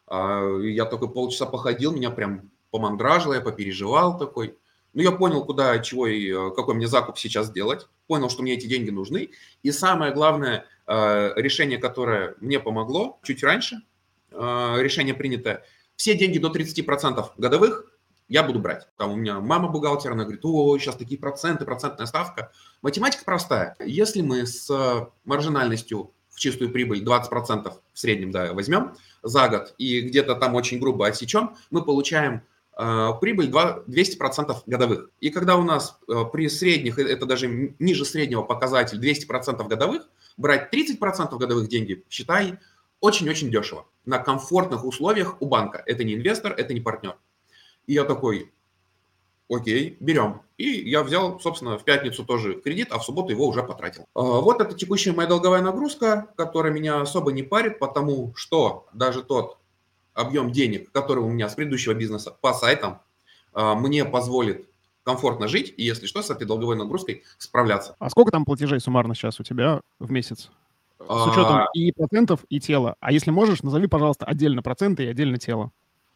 Я только полчаса походил, меня прям помандражило, я попереживал такой. Ну, я понял, куда, чего и какой мне закуп сейчас сделать. Понял, что мне эти деньги нужны. И самое главное, решение, которое мне помогло чуть раньше, решение принято, все деньги до тридцати процентов годовых я буду брать. Там у меня мама бухгалтер, она говорит, о, сейчас такие проценты, процентная ставка. Математика простая. Если мы с маржинальностью в чистую прибыль двадцать процентов в среднем, да, возьмем за год и где-то там очень грубо отсечем, мы получаем э, прибыль двести процентов годовых. И когда у нас э, при средних, это даже ниже среднего показатель двести процентов годовых, брать тридцать процентов годовых деньги, считай, очень-очень дешево. На комфортных условиях у банка. Это не инвестор, это не партнер. И я такой, окей, берем. И я взял, собственно, в пятницу тоже кредит, а в субботу его уже потратил. Вот это текущая моя долговая нагрузка, которая меня особо не парит, потому что даже тот объем денег, который у меня с предыдущего бизнеса по сайтам, мне позволит комфортно жить и, если что, с этой долговой нагрузкой справляться. А сколько там платежей суммарно сейчас у тебя в месяц? С учетом и процентов, и тела. А если можешь, назови, пожалуйста, отдельно проценты и отдельно тело.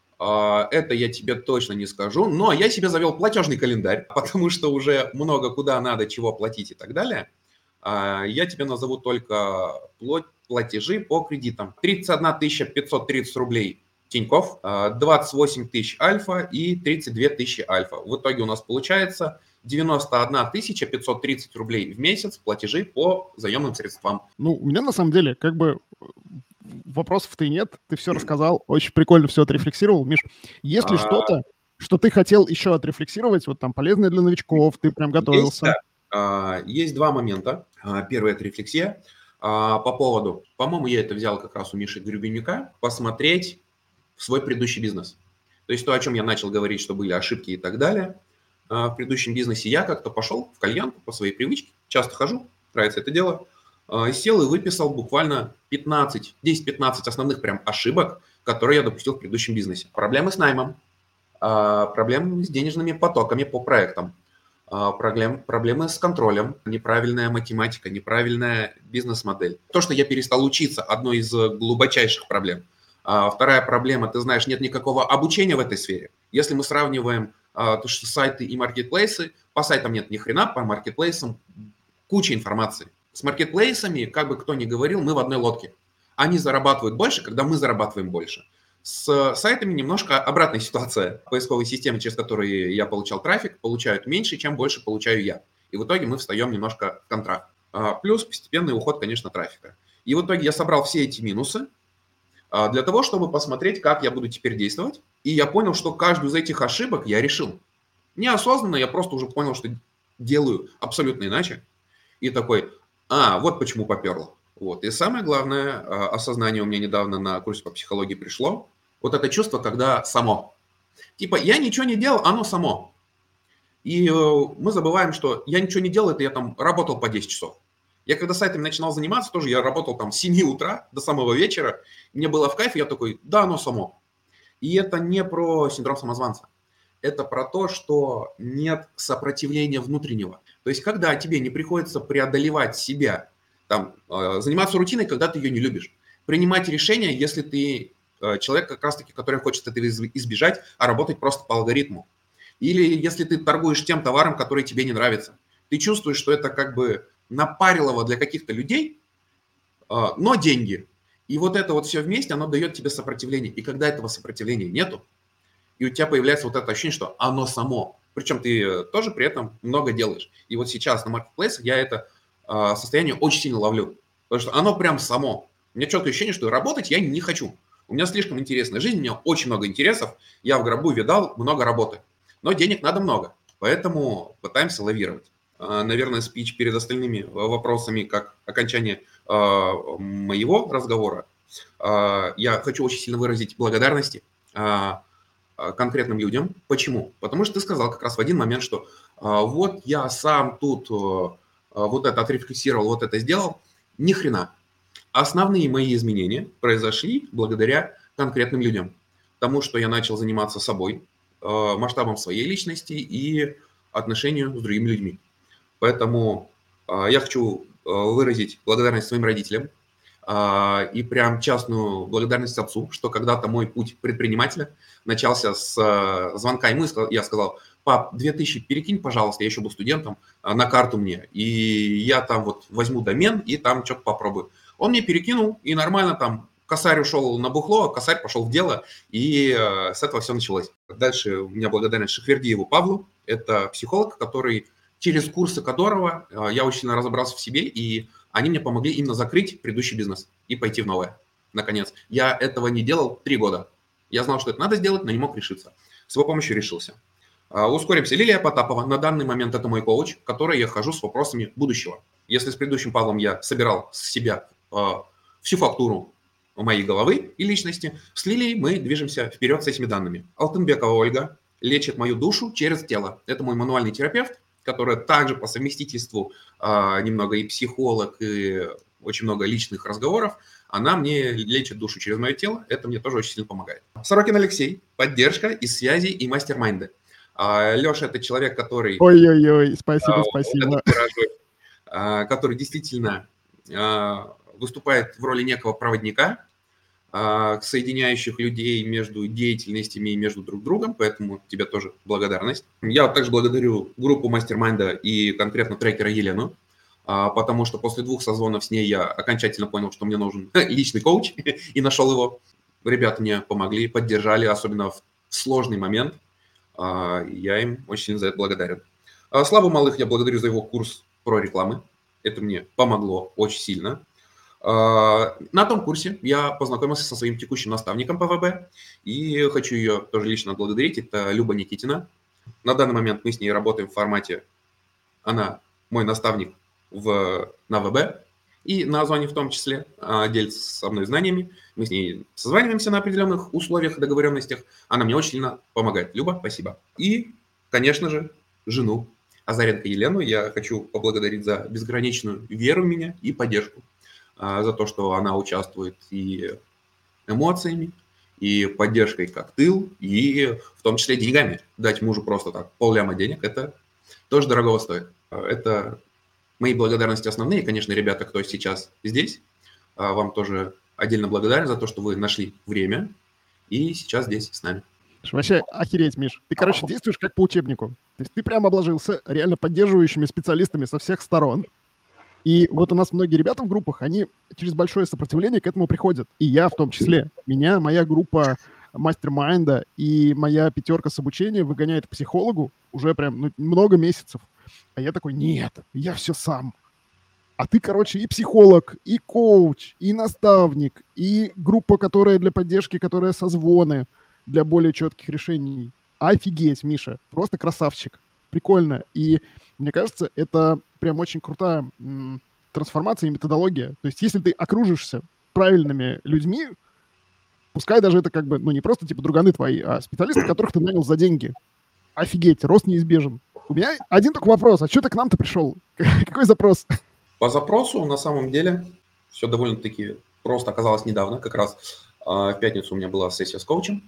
Это я тебе точно не скажу, но я себе завел платежный календарь, потому что уже много куда надо, чего платить и так далее. Я тебе назову только платежи по кредитам. тридцать одна тысяча пятьсот тридцать рублей Тинькофф, двадцать восемь тысяч Альфа и тридцать две тысячи Альфа. В итоге у нас получается девяносто одна тысяча пятьсот тридцать рублей в месяц платежи по заемным средствам. Ну, у меня на самом деле как бы вопросов-то и нет. Ты все рассказал, очень прикольно все отрефлексировал. Миш, есть ли а... что-то, что ты хотел еще отрефлексировать, вот там полезное для новичков, ты прям готовился? Есть, да. Есть два момента. Первый – это рефлексия. По поводу, по-моему, я это взял как раз у Миши Гребенюка, посмотреть свой предыдущий бизнес. То есть то, о чем я начал говорить, что были ошибки и так далее. В предыдущем бизнесе я как-то пошел в кальянку по своей привычке, часто хожу, нравится это дело, сел и выписал буквально пятнадцать, десять-пятнадцать основных прям ошибок, которые я допустил в предыдущем бизнесе. Проблемы с наймом, проблемы с денежными потоками по проектам, проблем, проблемы с контролем, неправильная математика, неправильная бизнес-модель. То, что я перестал учиться, одно из глубочайших проблем. Вторая проблема, ты знаешь, нет никакого обучения в этой сфере. Если мы сравниваем то, что сайты и маркетплейсы, по сайтам нет ни хрена, по маркетплейсам куча информации. С маркетплейсами, как бы кто ни говорил, мы в одной лодке. Они зарабатывают больше, когда мы зарабатываем больше. С сайтами немножко обратная ситуация. Поисковые системы, через которые я получал трафик, получают меньше, чем больше получаю я. И в итоге мы встаем немножко в контракт. Плюс постепенный уход, конечно, трафика. И в итоге я собрал все эти минусы для того, чтобы посмотреть, как я буду теперь действовать. И я понял, что каждую из этих ошибок я решил. Неосознанно я просто уже понял, что делаю абсолютно иначе. И такой, а, вот почему поперло. Вот. И самое главное, осознание у меня недавно на курсе по психологии пришло. Вот это чувство, когда само. Типа, я ничего не делал, оно само. И мы забываем, что я ничего не делал, это я там работал по десять часов. Я когда сайтами начинал заниматься, тоже я работал там с семи утра до самого вечера. Мне было в кайф, я такой, да, оно само. И это не про синдром самозванца. Это про то, что нет сопротивления внутреннего. То есть, когда тебе не приходится преодолевать себя, там, э, заниматься рутиной, когда ты ее не любишь, принимать решения, если ты э, человек, как раз-таки, который хочет этого избежать, а работать просто по алгоритму. Или если ты торгуешь тем товаром, который тебе не нравится. Ты чувствуешь, что это как бы напарилово для каких-то людей, а, но деньги. И вот это вот все вместе, оно дает тебе сопротивление. И когда этого сопротивления нету, и у тебя появляется вот это ощущение, что оно само. Причем ты тоже при этом много делаешь. И вот сейчас на маркетплейсах я это а, состояние очень сильно ловлю. Потому что оно прям само. У меня четкое ощущение, что работать я не хочу. У меня слишком интересная жизнь, у меня очень много интересов. Я в гробу видал много работы. Но денег надо много. Поэтому пытаемся лавировать. А, наверное, спич перед остальными вопросами, как окончание а, моего разговора. А, я хочу очень сильно выразить благодарности а, конкретным людям. Почему? Потому что ты сказал как раз в один момент, что а, вот я сам тут а, вот это отрефлексировал, вот это сделал. Ни хрена. Основные мои изменения произошли благодаря конкретным людям. Тому, что я начал заниматься собой, а, масштабом своей личности и отношению с другими людьми. Поэтому а, я хочу а, выразить благодарность своим родителям, а, и прям частную благодарность отцу, что когда-то мой путь предпринимателя начался с а, звонка ему, и сказал- я сказал: пап, две тысячи перекинь, пожалуйста, я еще был студентом, а, на карту мне, и я там вот возьму домен и там что-то попробую. Он мне перекинул, и нормально там косарь ушел на бухло, а косарь пошел в дело, и э, с этого все началось. Дальше у меня благодарность Шахвердиеву Павлу, это психолог, который через курсы которого э, я очень сильно разобрался в себе, и они мне помогли именно закрыть предыдущий бизнес и пойти в новое, наконец. Я этого не делал три года. Я знал, что это надо сделать, но не мог решиться. С его помощью решился. А, Ускоримся. Лилия Потапова. На данный момент это мой коуч, к которой я хожу с вопросами будущего. Если с предыдущим Павлом я собирал с себя а, всю фактуру моей головы и личности, с Лилией мы движемся вперед с этими данными. Алтынбекова Ольга лечит мою душу через тело. Это мой мануальный терапевт, которая также по совместительству а, немного и психолог, и очень много личных разговоров. Она мне лечит душу через мое тело, это мне тоже очень сильно помогает. Сорокин Алексей, поддержка и связи, и мастер-майнды. А, Леша – это человек, который, Ой-ой-ой, спасибо, а, вот спасибо. этот пирожок, а, который действительно а, выступает в роли некого проводника, а, соединяющих людей между деятельностями и между друг другом, поэтому тебе тоже благодарность. Я также благодарю группу Мастер-майнда и конкретно трекера Елену, а, потому что после двух созвонов с ней я окончательно понял, что мне нужен личный коуч, и нашел его. Ребята мне помогли, поддержали, особенно в сложный момент. А, Я им очень сильно за это благодарен. А, Славу Малых я благодарю за его курс про рекламы. Это мне помогло очень сильно. А, На том курсе я познакомился со своим текущим наставником по вэ бэ, и хочу ее тоже лично благодарить. Это Люба Никитина. На данный момент мы с ней работаем в формате, она мой наставник в, на вэ бэ, и на Озоне в том числе, а, делится со мной знаниями. Мы с ней созваниваемся на определенных условиях, договоренностях. Она мне очень сильно помогает. Люба, спасибо. И, конечно же, жену Азаренко Елену я хочу поблагодарить за безграничную веру в меня и поддержку, а, за то, что она участвует и эмоциями, и поддержкой как тыл, и в том числе деньгами. Дать мужу просто так полляма денег, это тоже дорого стоит. А, Это мои благодарности основные. И, конечно, ребята, кто сейчас здесь, а, вам тоже отдельно благодарен за то, что вы нашли время и сейчас здесь с нами. Вообще охереть, Миш. Ты, короче, действуешь как по учебнику. То есть ты прям обложился реально поддерживающими специалистами со всех сторон. И вот у нас многие ребята в группах, они через большое сопротивление к этому приходят. И я в том числе. Меня, моя группа мастер-майнда и моя пятерка с обучения выгоняет к психологу уже прям ну, много месяцев. А я такой, нет, я все сам. А ты, короче, и психолог, и коуч, и наставник, и группа, которая для поддержки, которая созвоны для более четких решений. Офигеть, Миша, просто красавчик. Прикольно. И мне кажется, это прям очень крутая м, трансформация и методология. То есть если ты окружишься правильными людьми, пускай даже это как бы, ну не просто типа друганы твои, а специалисты, которых ты нанял за деньги. Офигеть, рост неизбежен. У меня один только вопрос. А что ты к нам-то пришел? Какой запрос? По запросу, на самом деле, все довольно-таки просто оказалось недавно. Как раз а, в пятницу у меня была сессия с коучем,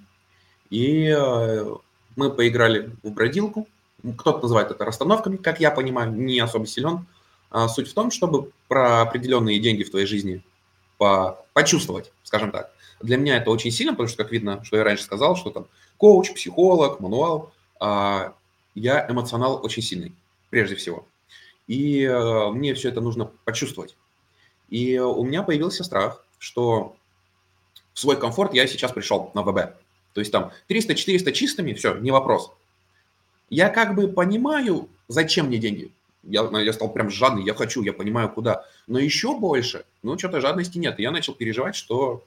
и а, мы поиграли в бродилку. Кто-то называет это расстановками, как я понимаю, не особо силен. А суть в том, чтобы про определенные деньги в твоей жизни по- почувствовать, скажем так. Для меня это очень сильно, потому что, как видно, что я раньше сказал, что там коуч, психолог, мануал, а, я эмоционал очень сильный, прежде всего. И э, мне все это нужно почувствовать. И у меня появился страх, что в свой комфорт я сейчас пришел на ВБ. То есть там триста-четыреста чистыми, все, не вопрос. Я как бы понимаю, зачем мне деньги. Я, я стал прям жадный, я хочу, я понимаю, куда. Но еще больше, ну, что-то жадности нет. И я начал переживать, что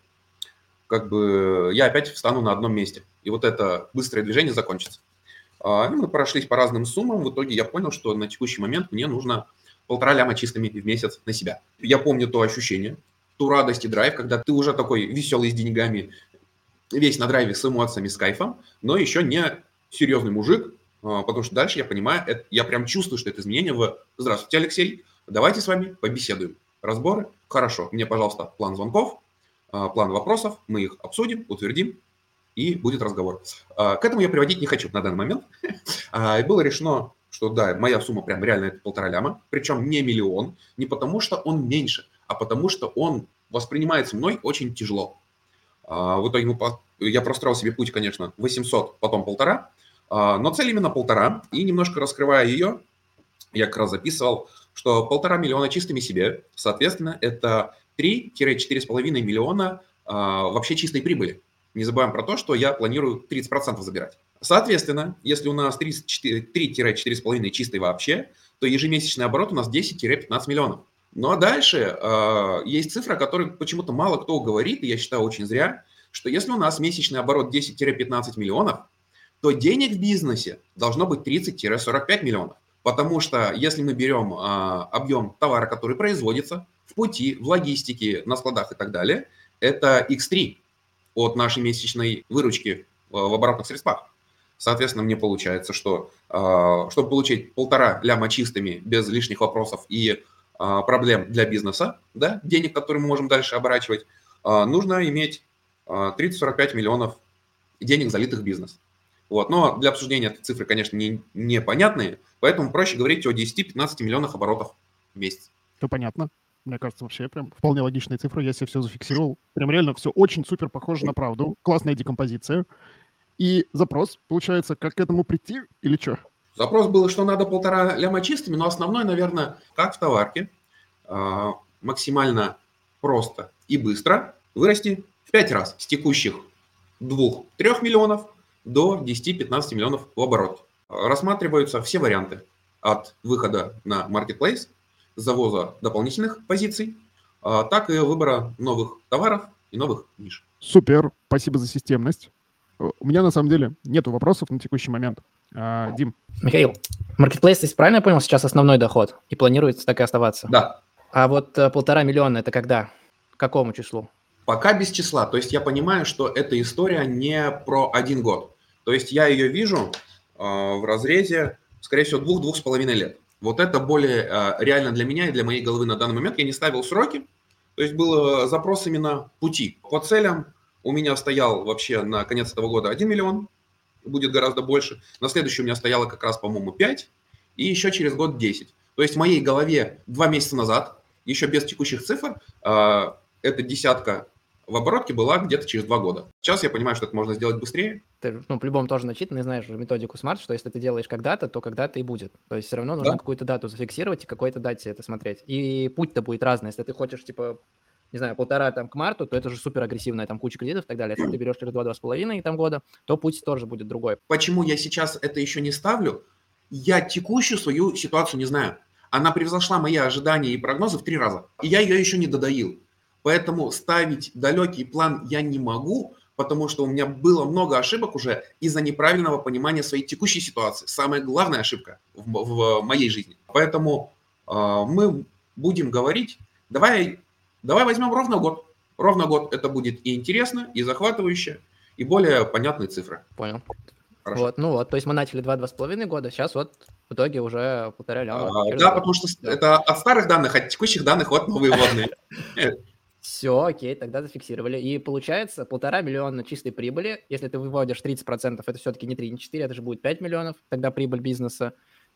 как бы я опять встану на одном месте. И вот это быстрое движение закончится. А, ну, мы прошлись по разным суммам. В итоге я понял, что на текущий момент мне нужно полтора ляма чистыми в месяц на себя. Я помню то ощущение, ту радость и драйв, когда ты уже такой веселый с деньгами, весь на драйве с эмоциями, с кайфом, но еще не серьезный мужик, а, потому что дальше я понимаю, это, я прям чувствую, что это изменение в «Здравствуйте, Алексей, давайте с вами побеседуем». Разборы? Хорошо. Мне, пожалуйста, план звонков, а, план вопросов, мы их обсудим, утвердим, и будет разговор. А, К этому я приводить не хочу на данный момент. А, И было решено, что да, моя сумма прям реально это полтора ляма, причем не миллион, не потому что он меньше, а потому что он воспринимается мной очень тяжело. А, В итоге мы по- я простроил себе путь, конечно, восемьсот, потом полтора, а, но цель именно полтора, и немножко раскрывая ее, я как раз записывал, что полтора миллиона чистыми себе, соответственно, это три-четыре с половиной миллиона а, вообще чистой прибыли. Не забываем про то, что я планирую тридцать процентов забирать. Соответственно, если у нас три-четыре с половиной чистой вообще, то ежемесячный оборот у нас десять-пятнадцать миллионов. Ну а дальше э, есть цифра, о которой почему-то мало кто говорит, и я считаю очень зря, что если у нас месячный оборот десять-пятнадцать миллионов, то денег в бизнесе должно быть тридцать-сорок пять миллионов. Потому что если мы берем а, объем товара, который производится в пути, в логистике, на складах и так далее, это икс три от нашей месячной выручки в, в оборотных средствах. Соответственно, мне получается, что а, чтобы получить полтора ляма чистыми, без лишних вопросов и а, проблем для бизнеса, да, денег, которые мы можем дальше оборачивать, а, нужно иметь а, тридцать-сорок пять миллионов денег, залитых в бизнес. Вот. Но для обсуждения этой цифры, конечно, не, непонятные, поэтому проще говорить о десяти-пятнадцати миллионах оборотов в месяц. Все понятно. Мне кажется, вообще прям вполне логичные цифры. Я себе все зафиксировал. Прям реально все очень супер похоже на правду. Классная декомпозиция. И запрос, получается, как к этому прийти или что? Запрос был, что надо полтора ляма чистыми, но основной, наверное, как в товарке, а, максимально просто и быстро вырасти в пять раз с текущих двух-трёх миллионов до десяти-пятнадцати миллионов в оборот. Рассматриваются все варианты от выхода на marketplace, завоза дополнительных позиций, а, так и выбора новых товаров и новых ниш. Супер. Спасибо за системность. Э, У меня на самом деле нету вопросов на текущий момент. А, Дим, Михаил, Marketplace, если правильно я понял, сейчас основной доход и планируется так и оставаться? Да, А вот э, полтора миллиона – это когда? К какому числу? пока без числа. То есть я понимаю, что эта история не про один год. То есть я ее вижу э, в разрезе, скорее всего, двух-двух с половиной лет. Вот это более э, реально для меня и для моей головы на данный момент. Я не ставил сроки. То есть был э, запрос именно пути. По целям у меня стоял вообще на конец этого года один миллион. Будет гораздо больше. На следующий у меня стояло как раз, по-моему, пять. И еще через год десять. То есть в моей голове два месяца назад, еще без текущих цифр, э, эта десятка в оборотке была где-то через два года. Сейчас я понимаю, что это можно сделать быстрее. Ты, ну, по-любому тоже начитанный, знаешь уже методику смарт, что если ты делаешь когда-то, то когда-то и будет. То есть все равно нужно Да. какую-то дату зафиксировать и какой-то дате это смотреть. И путь-то будет разный. Если ты хочешь, типа, не знаю, полтора там к марту, то это же супер агрессивная там куча кредитов и так далее. Если ты берешь через два-два с половиной там года, то путь тоже будет другой. Почему я сейчас это еще не ставлю? Я текущую свою ситуацию не знаю. Она превзошла мои ожидания и прогнозы в три раза. И я ее еще не додоил. Поэтому ставить далекий план я не могу, потому что у меня было много ошибок уже из-за неправильного понимания своей текущей ситуации. Самая главная ошибка в, в моей жизни. Поэтому э, мы будем говорить, давай, давай возьмем ровно год. Ровно год это будет и интересно, и захватывающе, и более понятные цифры. Понял. Хорошо. Вот, ну вот, то есть мы начали два-два с половиной года, сейчас вот в итоге уже полтора ляма. А, через да, год. потому что Да. это от старых данных, от текущих данных вот новые водные. Все, окей, тогда зафиксировали. И получается полтора миллиона чистой прибыли. Если ты выводишь тридцать процентов, это все-таки не три, не четыре, это же будет пять миллионов, тогда прибыль бизнеса.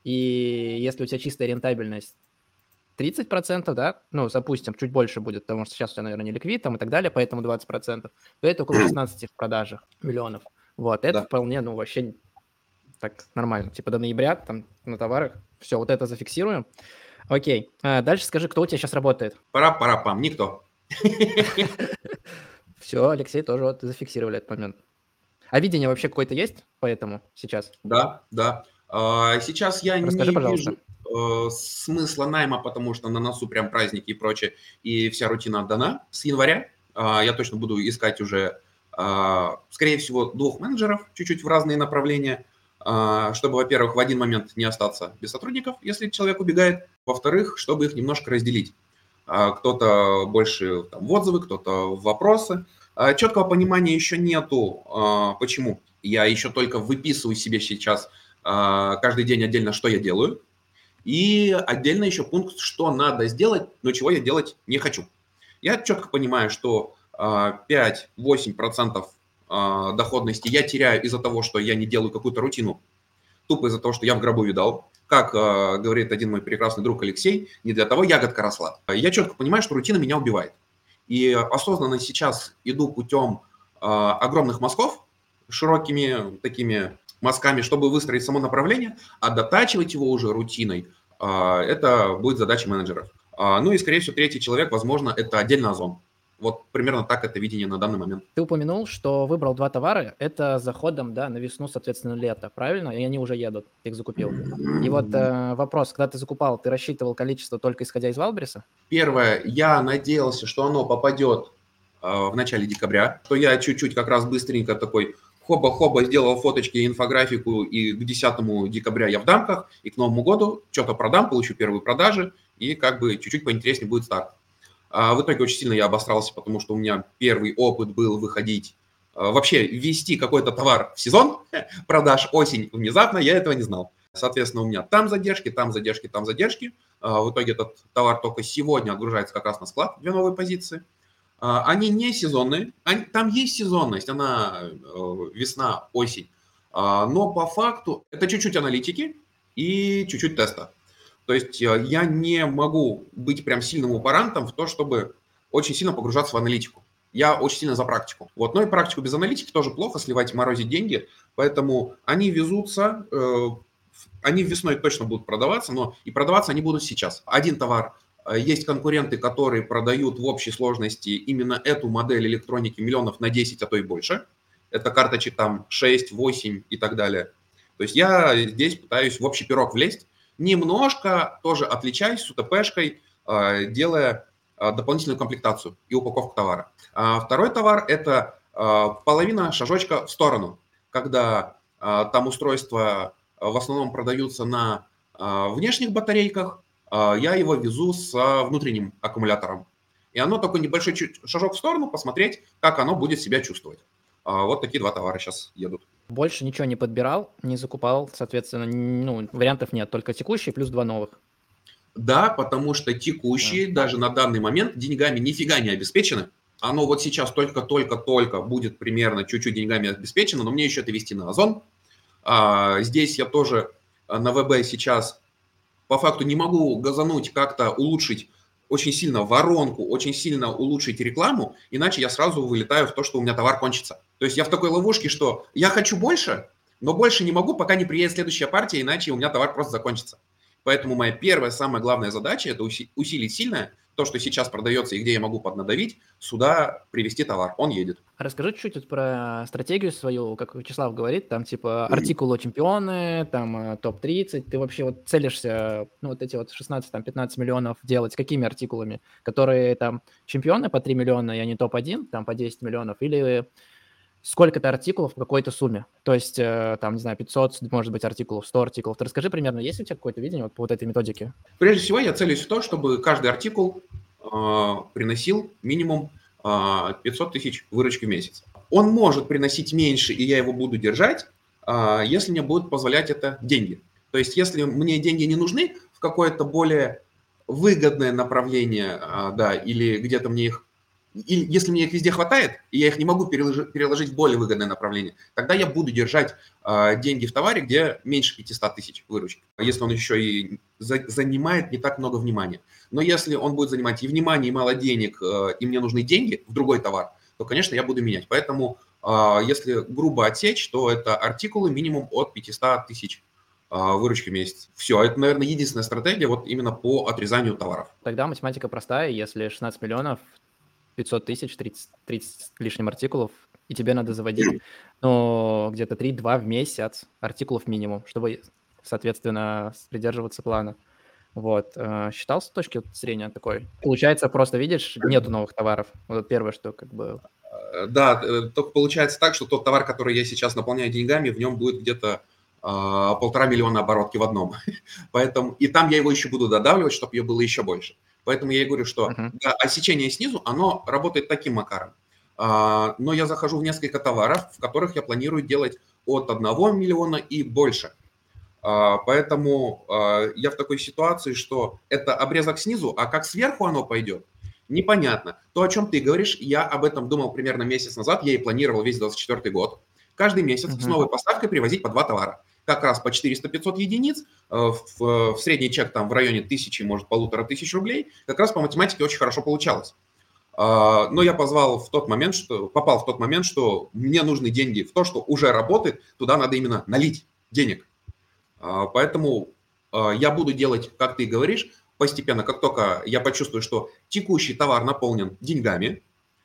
И если у тебя чистая рентабельность тридцать процентов, да, ну, допустим, чуть больше будет, потому что сейчас у тебя, наверное, не ликвид там и так далее, поэтому двадцать процентов, то это около шестнадцати в продажах миллионов. Вот, это Да. вполне, ну, вообще так нормально. Типа до ноября там на товарах. Все, вот это зафиксируем. Окей. А дальше скажи, кто у тебя сейчас работает? Пара-пара-пам, никто. Все, Алексей тоже вот зафиксировали этот момент. А видение вообще какое-то есть по этому сейчас? Да, да. А, Сейчас я Расскажи, не пожалуйста. вижу э, смысла найма, потому что на носу прям праздники и прочее, и вся рутина отдана. С января а, я точно буду искать уже, а, скорее всего, двух менеджеров чуть-чуть в разные направления, а, чтобы, во-первых, в один момент не остаться без сотрудников, если человек убегает, во-вторых, чтобы их немножко разделить. А, Кто-то больше там, в отзывы, кто-то в вопросы. А, Четкого понимания еще нету. А, Почему? Я еще только выписываю себе сейчас а, каждый день отдельно, что я делаю. И отдельно еще пункт, что надо сделать, но чего я делать не хочу. Я четко понимаю, что а, пять-восемь процентов а, доходности я теряю из-за того, что я не делаю какую-то рутину, тупо из-за того, что я в гробу видал. Как э, говорит один мой прекрасный друг Алексей, не для того ягодка росла. Я четко понимаю, что рутина меня убивает. И осознанно сейчас иду путем э, огромных мазков, широкими такими мазками, чтобы выстроить само направление, а дотачивать его уже рутиной, э, это будет задача менеджеров. А, ну и, скорее всего, третий человек, возможно, это отдельный озон. Вот примерно так это видение на данный момент. Ты упомянул, что выбрал два товара. Это с заходом, да, на весну, соответственно, лето, правильно? И они уже едут, ты их закупил. И вот э, вопрос, когда ты закупал, ты рассчитывал количество только исходя из Валбриса? Первое, я надеялся, что оно попадет э, в начале декабря, что я чуть-чуть как раз быстренько такой хоба-хоба сделал фоточки, инфографику, и к десятому декабря я в дамках, и к Новому году что-то продам, получу первые продажи, и как бы чуть-чуть поинтереснее будет старт. А в итоге очень сильно я обосрался, потому что у меня первый опыт был выходить, э, вообще ввести какой-то товар в сезон продаж осень внезапно, я этого не знал. Соответственно, у меня там задержки, там задержки, там задержки. В итоге этот товар только сегодня отгружается как раз на склад, две новые позиции. Они не сезонные, они, там есть сезонность, она весна, осень. Но по факту это чуть-чуть аналитики и чуть-чуть теста. То есть я не могу быть прям сильным упорантом в то, чтобы очень сильно погружаться в аналитику. Я очень сильно за практику. Вот, но и практику без аналитики тоже плохо, сливать, морозить деньги. Поэтому они везутся, э, они весной точно будут продаваться, но и продаваться они будут сейчас. Один товар, э, есть конкуренты, которые продают в общей сложности именно эту модель электроники миллионов на десять, а то и больше. Это карточек там шесть, восемь и так далее. То есть я здесь пытаюсь в общий пирог влезть. Немножко тоже отличаюсь с УТПшкой, э, делая дополнительную комплектацию и упаковку товара. А второй товар – это половина шажочка в сторону, когда там устройства в основном продаются на внешних батарейках, я его везу с внутренним аккумулятором. И оно только небольшой шажок в сторону, посмотреть, как оно будет себя чувствовать. Вот такие два товара сейчас едут. Больше ничего не подбирал, не закупал, соответственно, ну, вариантов нет, только текущий плюс два новых. Да, потому что текущие да. даже на данный момент деньгами нифига не обеспечены. Оно вот сейчас только-только-только будет примерно чуть-чуть деньгами обеспечено, но мне еще это вести на Озон. А, здесь я тоже на ВБ сейчас по факту не могу газануть, как-то улучшить очень сильно воронку, очень сильно улучшить рекламу, иначе я сразу вылетаю в то, что у меня товар кончится. То есть я в такой ловушке, что я хочу больше, но больше не могу, пока не приедет следующая партия, иначе у меня товар просто закончится. Поэтому моя первая, самая главная задача – это усилить сильно то, что сейчас продается и где я могу поднадавить, сюда привести товар. Он едет. Расскажи чуть-чуть про стратегию свою, как Вячеслав говорит, там типа артикулы чемпионы, там топ тридцать. Ты вообще вот целишься, ну вот эти вот шестнадцать-пятнадцать миллионов делать какими артикулами? Которые там чемпионы по три миллиона и они топ один, там по десять миллионов, или сколько-то артикулов в какой-то сумме. То есть, э, там, не знаю, пятьсот, может быть, артикулов, сто артикулов. Ты расскажи примерно, есть у тебя какое-то видение вот по вот этой методике? Прежде всего, я целюсь в то, чтобы каждый артикул э, приносил минимум э, пятьсот тысяч выручки в месяц. Он может приносить меньше, и я его буду держать, э, если мне будут позволять это деньги. То есть, если мне деньги не нужны в какое-то более выгодное направление, э, да, или где-то мне их И если мне их везде хватает, и я их не могу переложить в более выгодное направление, тогда я буду держать э, деньги в товаре, где меньше пятьсот тысяч выручки, если он еще и за, занимает не так много внимания. Но если он будет занимать и внимание, и мало денег, э, и мне нужны деньги в другой товар, то, конечно, я буду менять. Поэтому, э, если грубо отсечь, то это артикулы минимум от пятьсот тысяч выручки в месяц. Все, это, наверное, единственная стратегия вот именно по отрезанию товаров. Тогда математика простая, если шестнадцать миллионов, пятьсот тысяч, тридцать, тридцать с лишним артикулов, и тебе надо заводить, ну, где-то три-два в месяц артикулов минимум, чтобы, соответственно, придерживаться плана. Вот. Считал с точки зрения такой? Получается, просто видишь, нету новых товаров. Вот первое, что как бы... Да, только получается так, что тот товар, который я сейчас наполняю деньгами, в нем будет где-то а, полтора миллиона оборотки в одном. Поэтому и там я его еще буду додавливать, чтобы ее было еще больше. Поэтому я и говорю, что uh-huh. да, отсечение снизу, оно работает таким макаром. А, но я захожу в несколько товаров, в которых я планирую делать от одного миллиона и больше. А, поэтому а, я в такой ситуации, что это обрезок снизу, а как сверху оно пойдет, непонятно. То, о чем ты говоришь, я об этом думал примерно месяц назад, я и планировал весь двадцать четвёртый год. Каждый месяц uh-huh. с новой поставкой привозить по два товара. Как раз по четыреста-пятьсот единиц, в, в средний чек там в районе тысячи, может, полутора тысяч рублей, как раз по математике очень хорошо получалось. А, но я позвал в тот момент, что, попал в тот момент, что мне нужны деньги в то, что уже работает, туда надо именно налить денег. А, поэтому а, я буду делать, как ты говоришь, постепенно, как только я почувствую, что текущий товар наполнен деньгами,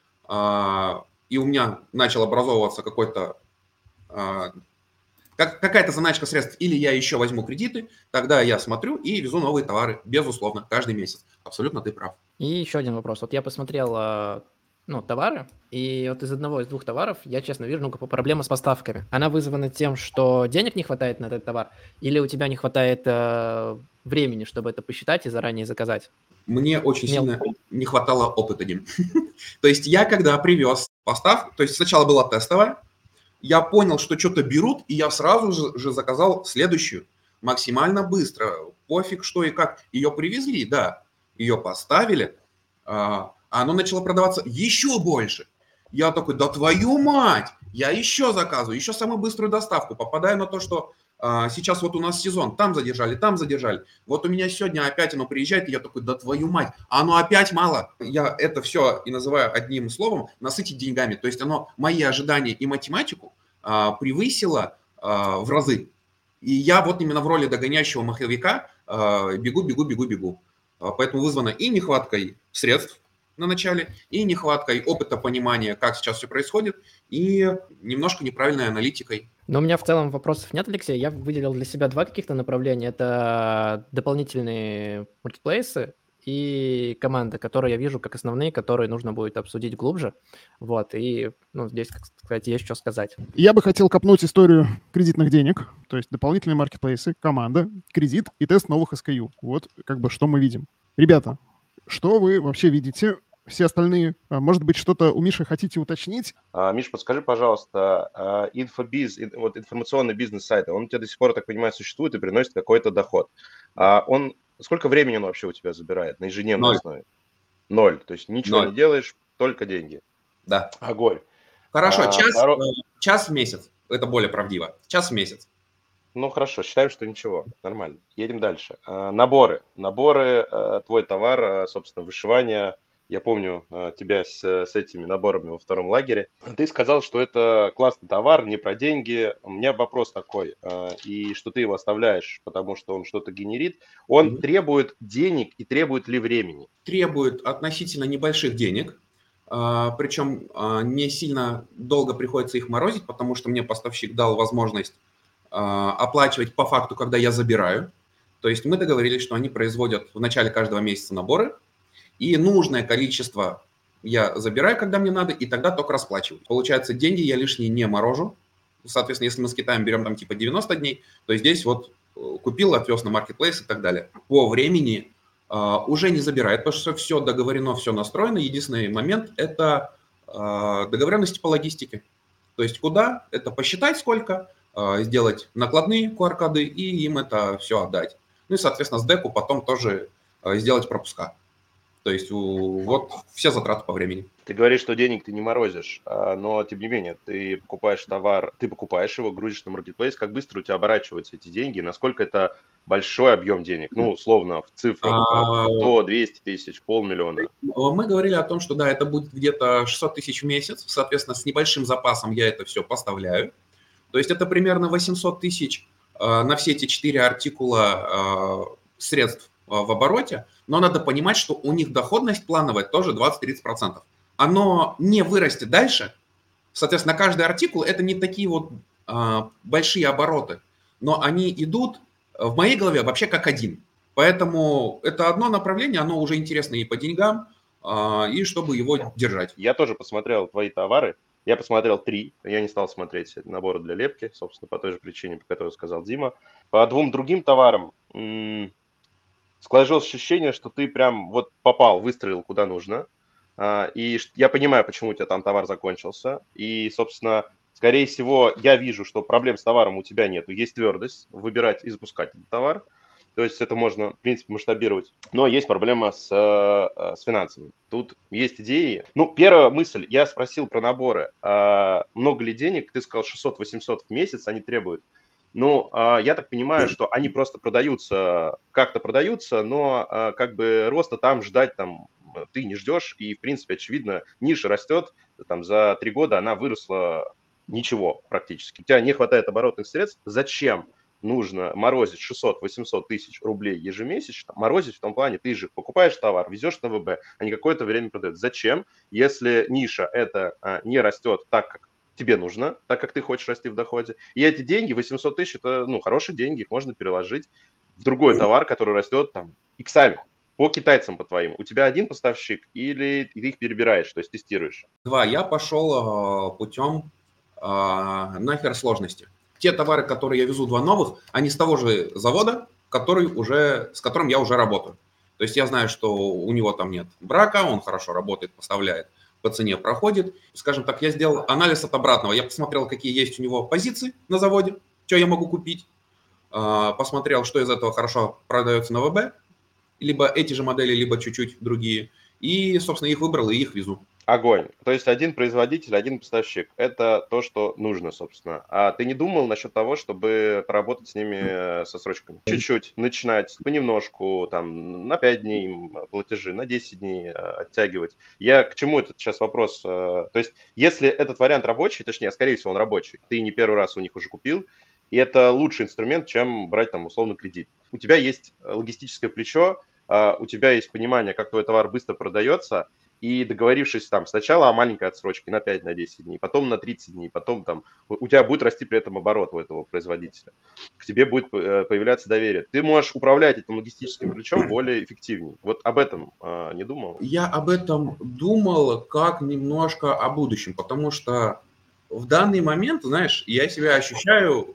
а, и у меня начал образовываться какой-то, а, как, какая-то заначка средств, или я еще возьму кредиты, тогда я смотрю и везу новые товары, безусловно, каждый месяц. Абсолютно ты прав. И еще один вопрос. Вот я посмотрел ну, товары, и вот из одного из двух товаров я, честно, вижу ну, проблема с поставками. Она вызвана тем, что денег не хватает на этот товар, или у тебя не хватает э, времени, чтобы это посчитать и заранее заказать? Мне очень Мел... сильно не хватало опыта, Дим. То есть я, когда привез поставку, то есть сначала была тестовая, я понял, что что-то берут, и я сразу же заказал следующую, максимально быстро. Пофиг, что и как. Ее привезли, да, ее поставили, а оно начало продаваться еще больше. Я такой, да твою мать, я еще заказываю, еще самую быструю доставку. Попадаю на то, что а, сейчас вот у нас сезон, там задержали, там задержали. Вот у меня сегодня опять оно приезжает, и я такой, да твою мать, оно опять мало. Я это все и называю одним словом насытить деньгами. То есть оно мои ожидания и математику а, превысило а, в разы. И я вот именно в роли догоняющего маховика а, бегу, бегу, бегу, бегу. А, поэтому вызвано и нехваткой средств на начале, и нехваткой опыта понимания, как сейчас все происходит, и немножко неправильной аналитикой. Но у меня в целом вопросов нет, Алексей. Я выделил для себя два каких-то направления. Это дополнительные маркетплейсы и команда, которые я вижу как основные, которые нужно будет обсудить глубже. Вот, и ну, здесь, как сказать, есть что сказать. Я бы хотел копнуть историю кредитных денег, то есть дополнительные маркетплейсы, команда, кредит и тест новых эс кей ю. Вот как бы что мы видим. Ребята, что вы вообще видите? Все остальные, может быть, что-то у Миши хотите уточнить? А, Миш, подскажи, пожалуйста, инфобиз, вот информационный бизнес-сайт, он у тебя до сих пор, так понимаю, существует и приносит какой-то доход. А он, сколько времени он вообще у тебя забирает на ежедневной основе? Ноль. То есть ничего Ноль. не делаешь, только деньги. Да. Огонь. Хорошо, а, час, порог... час в месяц. Это более правдиво. Час в месяц. Ну, хорошо, считаем, что ничего, нормально. Едем дальше. А, наборы. Наборы, а, твой товар, а, собственно, вышивание. Я помню а, тебя с, с этими наборами во втором лагере. Ты сказал, что это классный товар, не про деньги. У меня вопрос такой, а, и что ты его оставляешь, потому что он что-то генерит. Он mm-hmm. требует денег и требует ли времени? Требует относительно небольших денег. А, причем а, не сильно долго приходится их морозить, потому что мне поставщик дал возможность а, оплачивать по факту, когда я забираю. То есть мы договорились, что они производят в начале каждого месяца наборы, и нужное количество я забираю, когда мне надо, и тогда только расплачиваю. Получается, деньги я лишние не морожу. Соответственно, если мы с Китаем берем там типа девяносто дней, то здесь вот купил, отвез на маркетплейс и так далее. По времени Uh, уже не забирает, потому что все договорено, все настроено. Единственный момент – это uh, договоренности по логистике. То есть куда – это посчитать сколько, uh, сделать накладные ку ар-коды и им это все отдать. Ну и, соответственно, с деку потом тоже uh, сделать пропуска. То есть uh, вот все затраты по времени. Ты говоришь, что денег ты не морозишь, но тем не менее ты покупаешь товар, ты покупаешь его, грузишь на маркетплейс. Как быстро у тебя оборачиваются эти деньги? Насколько это большой объем денег? Ну, условно, в цифрах сто, двести тысяч, полмиллиона. Мы говорили о том, что да, это будет где-то шестьсот тысяч в месяц. Соответственно, с небольшим запасом я это все поставляю. То есть это примерно восемьсот тысяч э, на все эти четыре артикула э, средств э, в обороте, но надо понимать, что у них доходность плановая тоже двадцать-тридцать процентов. Оно не вырастет дальше. Соответственно, каждый артикул – это не такие вот э, большие обороты, но они идут в моей голове вообще как один. Поэтому это одно направление, оно уже интересно и по деньгам, э, и чтобы его держать. Я тоже посмотрел твои товары. Я посмотрел три. Я не стал смотреть наборы для лепки, собственно, по той же причине, по которой сказал Дима. По двум другим товарам м- сложилось ощущение, что ты прям вот попал, выстрелил куда нужно. И я понимаю, почему у тебя там товар закончился. И, собственно, скорее всего, я вижу, что проблем с товаром у тебя нету. Есть твердость выбирать и запускать этот товар. То есть это можно, в принципе, масштабировать. Но есть проблема с, с финансами. Тут есть идеи. Ну, первая мысль. Я спросил про наборы. Много ли денег? Ты сказал шестьсот-восемьсот в месяц они требуют. Ну, я так понимаю, что они просто продаются, как-то продаются, но как бы роста там ждать там ты не ждешь, и, в принципе, очевидно, ниша растет, там, за три года она выросла ничего практически. У тебя не хватает оборотных средств. Зачем нужно морозить шестьсот-восемьсот тысяч рублей ежемесячно? Морозить в том плане, ты же покупаешь товар, везешь на ВБ, они какое-то время продают. Зачем, если ниша это а, не растет так, как тебе нужно, так как ты хочешь расти в доходе? И эти деньги, восемьсот тысяч, это, ну, хорошие деньги, их можно переложить в другой товар, который растет там иксами. По китайцам, по твоим, у тебя один поставщик или ты их перебираешь, то есть тестируешь? Два. Я пошел э, путем э, нахер сложности. Те товары, которые я везу, два новых, они с того же завода, который уже, с которым я уже работаю. То есть я знаю, что у него там нет брака, он хорошо работает, поставляет, по цене проходит. Скажем так, я сделал анализ от обратного. Я посмотрел, какие есть у него позиции на заводе, что я могу купить. Э, посмотрел, что из этого хорошо продается на ВБ. Либо эти же модели, либо чуть-чуть другие. И, собственно, их выбрал и их везу. Огонь. То есть один производитель, один поставщик. Это то, что нужно, собственно. А ты не думал насчет того, чтобы поработать с ними со срочками? Чуть-чуть начинать понемножку, там, на пять дней платежи, на десять дней оттягивать. Я к чему этот сейчас вопрос? То есть если этот вариант рабочий, точнее, скорее всего, он рабочий, ты не первый раз у них уже купил, и это лучший инструмент, чем брать там условно кредит. У тебя есть логистическое плечо, у тебя есть понимание, как твой товар быстро продается, и договорившись там сначала о маленькой отсрочке на пять десять дней, потом на тридцать дней, потом там у тебя будет расти при этом оборот у этого производителя. К тебе будет появляться доверие. Ты можешь управлять этим логистическим плечом более эффективнее. Вот об этом э, не думал? Я об этом думал как немножко о будущем, потому что в данный момент, знаешь, я себя ощущаю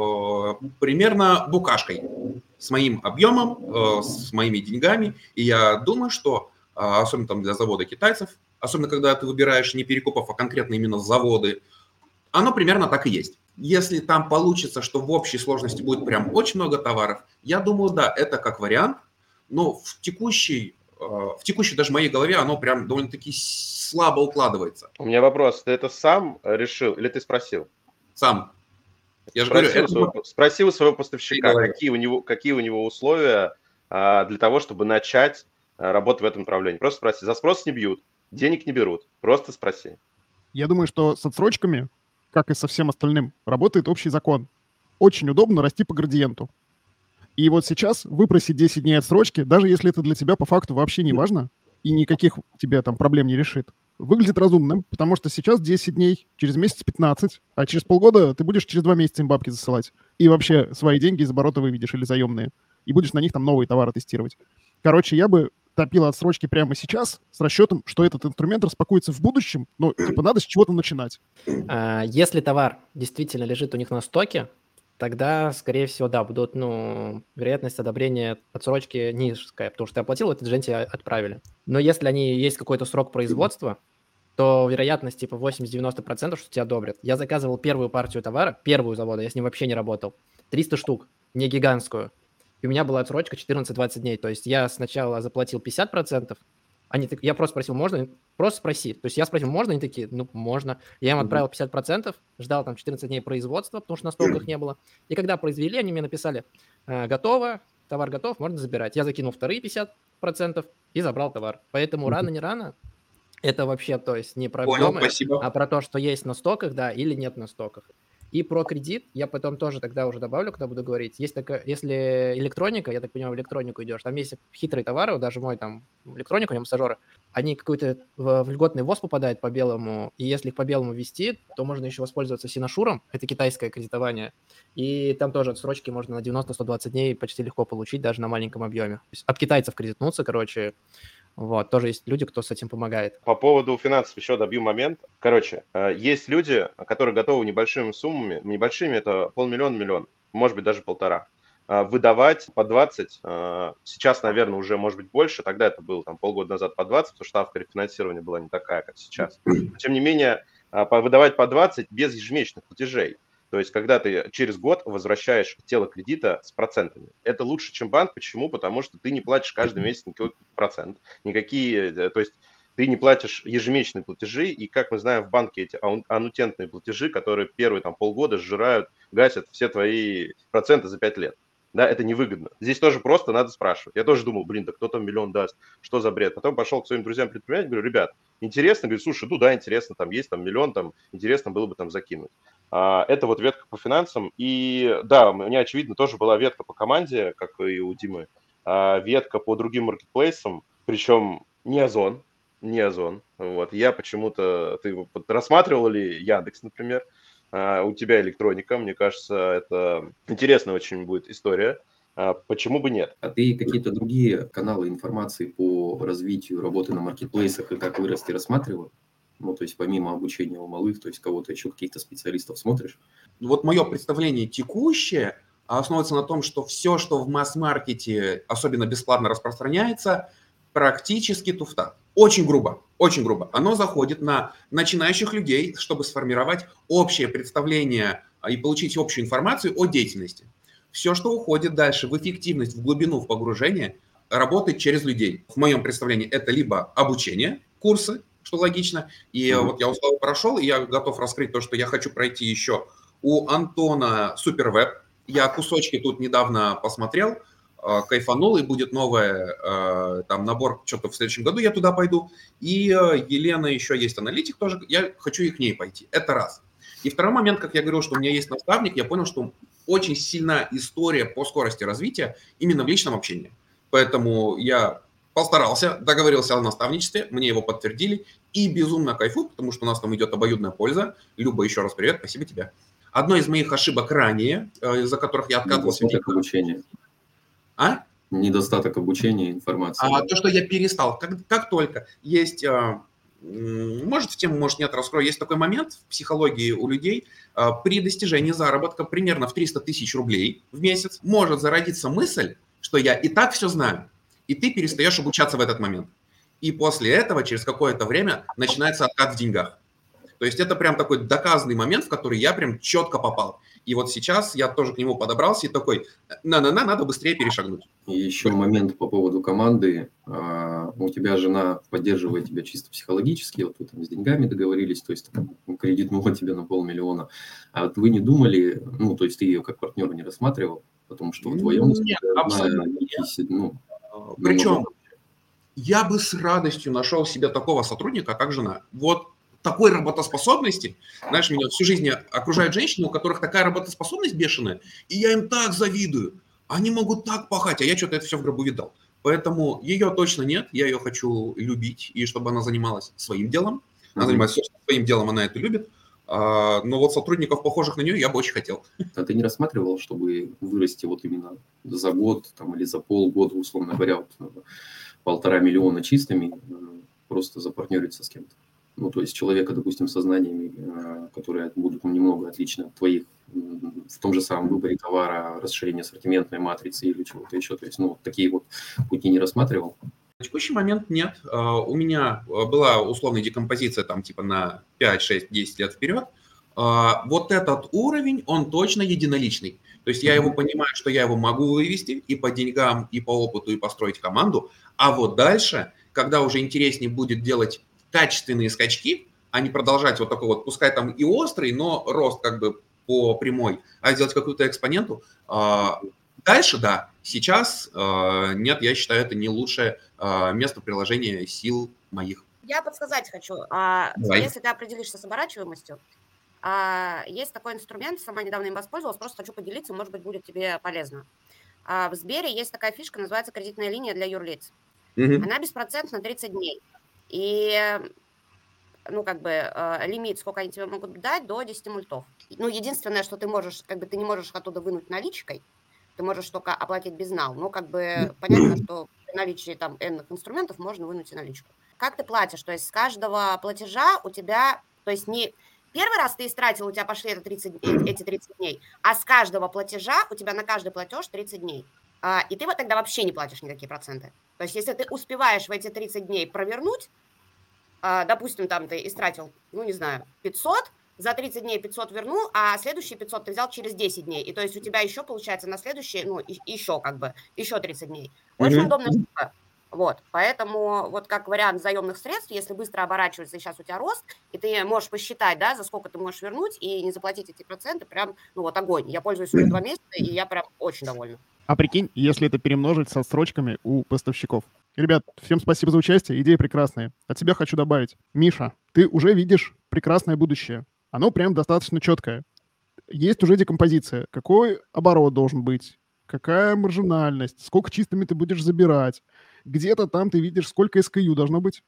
э, примерно букашкой с моим объемом, э, с моими деньгами, и я думаю, что особенно там для завода китайцев, особенно когда ты выбираешь не перекупов, а конкретно именно заводы, оно примерно так и есть. Если там получится, что в общей сложности будет прям очень много товаров, я думаю, да, это как вариант, но в текущей, в текущей даже моей голове оно прям довольно-таки слабо укладывается. У меня вопрос, ты это сам решил или ты спросил? Сам. Я же спросил, говорю, своего, это... спросил своего поставщика, какие у него, какие у него условия а, для того, чтобы начать работать в этом направлении. Просто спроси. За спрос не бьют, денег не берут. Просто спроси. Я думаю, что с отсрочками, как и со всем остальным, работает общий закон. Очень удобно расти по градиенту. И вот сейчас выпросить десять дней отсрочки, даже если это для тебя по факту вообще не важно и никаких тебе там проблем не решит, выглядит разумным, потому что сейчас десять дней, через месяц пятнадцать, а через полгода ты будешь через два месяца им бабки засылать. И вообще свои деньги из оборота выведешь или заемные. И будешь на них там новые товары тестировать. Короче, я бы топил отсрочки прямо сейчас с расчетом, что этот инструмент распакуется в будущем, но типа надо с чего-то начинать. Если товар действительно лежит у них на стоке, тогда, скорее всего, да, будут, ну, вероятность одобрения отсрочки низкая, потому что ты оплатил, этот же тебе отправили. Но если они есть какой-то срок производства, то вероятность типа восемьдесят-девяносто процентов, что тебя одобрят. Я заказывал первую партию товара, первую завода, я с ним вообще не работал, триста штук, не гигантскую. И у меня была отсрочка четырнадцать-двадцать дней. То есть я сначала заплатил пятьдесят процентов. Они, я просто спросил, можно? Просто спроси. То есть я спросил, можно? Они такие, ну, можно. Я им отправил пятьдесят процентов, ждал там четырнадцать дней производства, потому что на стоках не было. И когда произвели, они мне написали, готово, товар готов, можно забирать. Я закинул вторые пятьдесят процентов и забрал товар. Поэтому рано, не рано. Это вообще, то есть не про объемы, а про то, что есть на стоках, да, или нет на стоках. И про кредит я потом тоже тогда уже добавлю, когда буду говорить. Есть такая, если электроника, я так понимаю, в электронику идешь, там есть хитрые товары, вот даже мой там электроника, у него массажеры, они какой-то в, в льготный ВОЗ попадают по белому, и если их по белому ввести, то можно еще воспользоваться Синошуром, это китайское кредитование, и там тоже отсрочки можно на девяносто - сто двадцать дней почти легко получить, даже на маленьком объеме. То есть от китайцев кредитнуться, короче, вот, тоже есть люди, кто с этим помогает. По поводу финансов еще добью момент. Короче, э, есть люди, которые готовы небольшими суммами, небольшими это полмиллиона, миллион, может быть, даже полтора, э, выдавать по двадцать. э, Сейчас, наверное, уже может быть больше. Тогда это было там полгода назад по двадцать, потому что ставка рефинансирования была не такая, как сейчас. Но, тем не менее, э, по- выдавать по двадцать без ежемесячных платежей. То есть, когда ты через год возвращаешь тело кредита с процентами. Это лучше, чем банк. Почему? Потому что ты не платишь каждый месяц никакой процент. Никакие, э, то есть ты не платишь ежемесячные платежи, и, как мы знаем, в банке эти ан- аннутентные платежи, которые первые там полгода сжирают, гасят все твои проценты за пять лет. Да, это невыгодно. Здесь тоже просто надо спрашивать. Я тоже думал, блин, да кто там миллион даст, что за бред? Потом пошел к своим друзьям-предпринимателям, говорю, ребят, интересно? Говорю, слушай, ну да, интересно, там есть там миллион, там интересно было бы там закинуть. А, Это вот ветка по финансам. И да, у меня, очевидно, тоже была ветка по команде, как и у Димы, а, ветка по другим маркетплейсам, причем не Озон, не Озон. Вот. Я почему-то... Ты вот рассматривал ли Яндекс, например? А, У тебя электроника, мне кажется, это интересная очень будет история. А, Почему бы нет? А ты какие-то другие каналы информации по развитию работы на маркетплейсах и как вырасти рассматривал? Ну, то есть помимо обучения у малых, то есть кого-то еще, каких-то специалистов смотришь? Вот мое представление текущее основывается на том, что все, что в масс-маркете особенно бесплатно распространяется, практически туфта. Очень грубо, очень грубо. Оно заходит на начинающих людей, чтобы сформировать общее представление а, и получить общую информацию о деятельности. Все, что уходит дальше в эффективность, в глубину, в погружение, работает через людей. В моем представлении это либо обучение, курсы, что логично. И Мгм. вот я у Славы прошел, и я готов раскрыть то, что я хочу пройти еще у Антона Супервеб. Я кусочки тут недавно посмотрел, э, кайфанул, и будет новый там набор, что-то в следующем году я туда пойду. И э, Елена еще есть аналитик тоже, я хочу и к ней пойти. Это раз. И второй момент, как я говорил, что у меня есть наставник, я понял, что очень сильна история по скорости развития именно в личном общении. Поэтому я постарался, договорился о наставничестве, мне его подтвердили, и безумно кайфую, потому что у нас там идет обоюдная польза. Люба, еще раз привет, спасибо тебе. Одной из моих ошибок ранее, э, из-за которых я откатывался в Недостаток деньгах. обучения. А? Недостаток обучения информации. А то, что я перестал, как, как только есть, э, м, может в тему, может нет, раскрою, есть такой момент в психологии у людей, э, при достижении заработка примерно в триста тысяч рублей в месяц может зародиться мысль, что я и так все знаю, и ты перестаешь обучаться в этот момент. И после этого, через какое-то время, начинается откат в деньгах. То есть это прям такой доказанный момент, в который я прям четко попал. И вот сейчас я тоже к нему подобрался и такой, на-на-на, надо быстрее перешагнуть. И еще момент по поводу команды. А, У тебя жена поддерживает тебя чисто психологически, вот вы там с деньгами договорились, то есть там, кредитнула тебе на полмиллиона. А вот вы не думали, ну, то есть ты ее как партнера не рассматривал, потому что в твоем, Нет, абсолютно нет. ну, Причем намного- я бы с радостью нашел себе такого сотрудника, как жена. Вот такой работоспособности, знаешь, меня всю жизнь окружают женщины, у которых такая работоспособность бешеная, и я им так завидую. Они могут так пахать, а я что-то это все в гробу видал. Поэтому ее точно нет, я ее хочу любить, и чтобы она занималась своим делом. Она Мгм. занимается своим делом, она это любит. А, но вот сотрудников, похожих на нее, я бы очень хотел. А ты не рассматривал, чтобы вырасти вот именно за год там, или за полгода, условно говоря, вот, э, полтора миллиона чистыми, э, просто запартнериться с кем-то? Ну, то есть человека, допустим, со знаниями, э, которые будут немного отличны от твоих, м, в том же самом выборе товара, расширении ассортиментной матрицы или чего-то еще. То есть, ну, вот такие вот пути не рассматривал? На текущий момент нет. А, У меня а, была условная декомпозиция там типа на пять, шесть, десять лет вперед. А, Вот этот уровень, он точно единоличный. То есть я его понимаю, что я его могу вывести и по деньгам, и по опыту, и построить команду. А вот дальше, когда уже интереснее будет делать качественные скачки, а не продолжать вот такой вот, пускай там и острый, но рост как бы по прямой, а сделать какую-то экспоненту, а, дальше, да, сейчас э, нет, я считаю, это не лучшее э, место приложения сил моих. Я подсказать хочу. А Давай. если ты определишься с оборачиваемостью, А, есть такой инструмент, сама недавно им воспользовалась, просто хочу поделиться, может быть, будет тебе полезно. А, в Сбере есть такая фишка, называется кредитная линия для юрлиц. Мгм. Она беспроцентна тридцать дней. И, ну, как бы, э, лимит, сколько они тебе могут дать, до десяти мультов. Ну, единственное, что ты можешь, как бы, ты не можешь оттуда вынуть наличкой, ты можешь только оплатить безнал. Ну, как бы, понятно, что при наличии там энных инструментов можно вынуть и наличку. Как ты платишь? То есть с каждого платежа у тебя, то есть не первый раз ты истратил, у тебя пошли это тридцать, э- эти тридцать дней, а с каждого платежа у тебя на каждый платеж тридцать дней. А, и ты вот тогда вообще не платишь никакие проценты. То есть если ты успеваешь в эти тридцать дней провернуть, а, допустим, там ты истратил, ну, не знаю, пятьсот, за тридцать дней пятьсот вернул, а следующие пятьсот ты взял через десять дней. И то есть у тебя еще получается на следующие, ну, и- еще как бы, еще тридцать дней. Очень Мгм. удобная штука. Вот, поэтому вот как вариант заемных средств, если быстро оборачивается, и сейчас у тебя рост, и ты можешь посчитать, да, за сколько ты можешь вернуть и не заплатить эти проценты, прям, ну вот огонь. Я пользуюсь уже два месяца, и я прям очень довольна. А прикинь, если это перемножить со строчками у поставщиков. Ребят, всем спасибо за участие, идеи прекрасные. От себя хочу добавить. Миша, ты уже видишь прекрасное будущее. Оно прям достаточно четкое. Есть уже декомпозиция. Какой оборот должен быть? Какая маржинальность? Сколько чистыми ты будешь забирать? Где-то там ты видишь, сколько эс ка ю должно быть.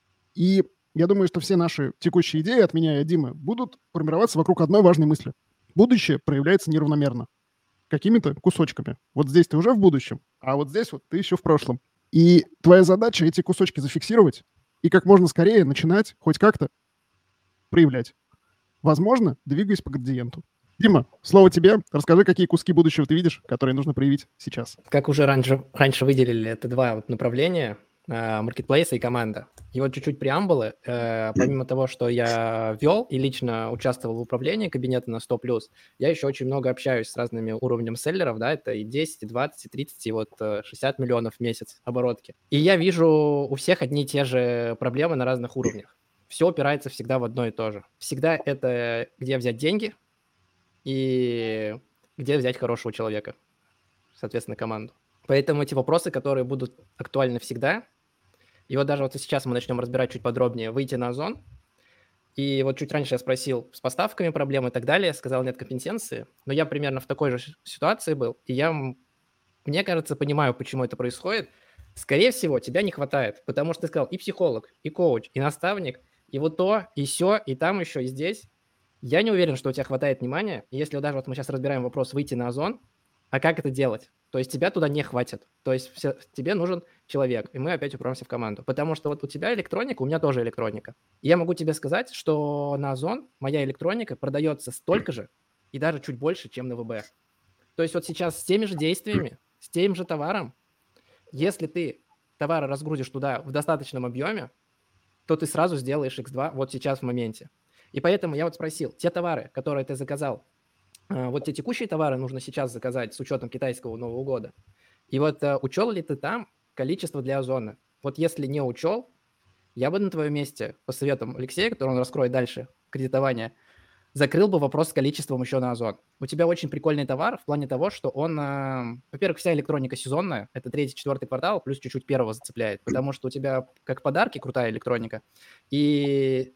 И я думаю, что все наши текущие идеи, от меня и от Димы, будут формироваться вокруг одной важной мысли. Будущее проявляется неравномерно. Какими-то кусочками. Вот здесь ты уже в будущем, а вот здесь вот ты еще в прошлом. И твоя задача эти кусочки зафиксировать и как можно скорее начинать хоть как-то проявлять. Возможно, двигаясь по градиенту. Дима, слово тебе. Расскажи, какие куски будущего ты видишь, которые нужно проявить сейчас. Как уже раньше, раньше выделили, это два вот направления, э, маркетплейса и команда. И вот чуть-чуть преамбулы. Э, помимо того, что я вел и лично участвовал в управлении кабинета на сто плюс, я еще очень много общаюсь с разными уровнями селлеров, да, это и десять, и двадцать, и тридцать, и вот э, шестьдесят миллионов в месяц оборотки. И я вижу у всех одни и те же проблемы на разных уровнях. Все упирается всегда в одно и то же. Всегда это где взять деньги и где взять хорошего человека, соответственно, команду. Поэтому эти вопросы, которые будут актуальны всегда, и вот даже вот сейчас мы начнем разбирать чуть подробнее, выйти на Озон, и вот чуть раньше я спросил, с поставками проблемы и так далее, сказал, нет компетенции, но я примерно в такой же ситуации был, и я, мне кажется, понимаю, почему это происходит. Скорее всего, тебя не хватает, потому что ты сказал и психолог, и коуч, и наставник, и вот то, и сё, и там еще, и здесь. Я не уверен, что у тебя хватает внимания. Если даже вот мы сейчас разбираем вопрос выйти на Озон, а как это делать? То есть тебя туда не хватит. То есть все, тебе нужен человек, и мы опять упремся в команду. Потому что вот у тебя электроника, у меня тоже электроника. И я могу тебе сказать, что на Озон моя электроника продается столько же и даже чуть больше, чем на вэ бэ. То есть вот сейчас с теми же действиями, с тем же товаром, если ты товары разгрузишь туда в достаточном объеме, то ты сразу сделаешь икс два вот сейчас в моменте. И поэтому я вот спросил, те товары, которые ты заказал, вот те текущие товары нужно сейчас заказать с учетом китайского Нового года. И вот учел ли ты там количество для Озона? Вот если не учел, я бы на твоем месте, по советам Алексея, который он раскроет дальше кредитование, закрыл бы вопрос с количеством еще на Озон. У тебя очень прикольный товар в плане того, что он, во-первых, вся электроника сезонная, это третий, четвертый квартал, плюс чуть-чуть первого зацепляет, потому что у тебя как подарки крутая электроника, и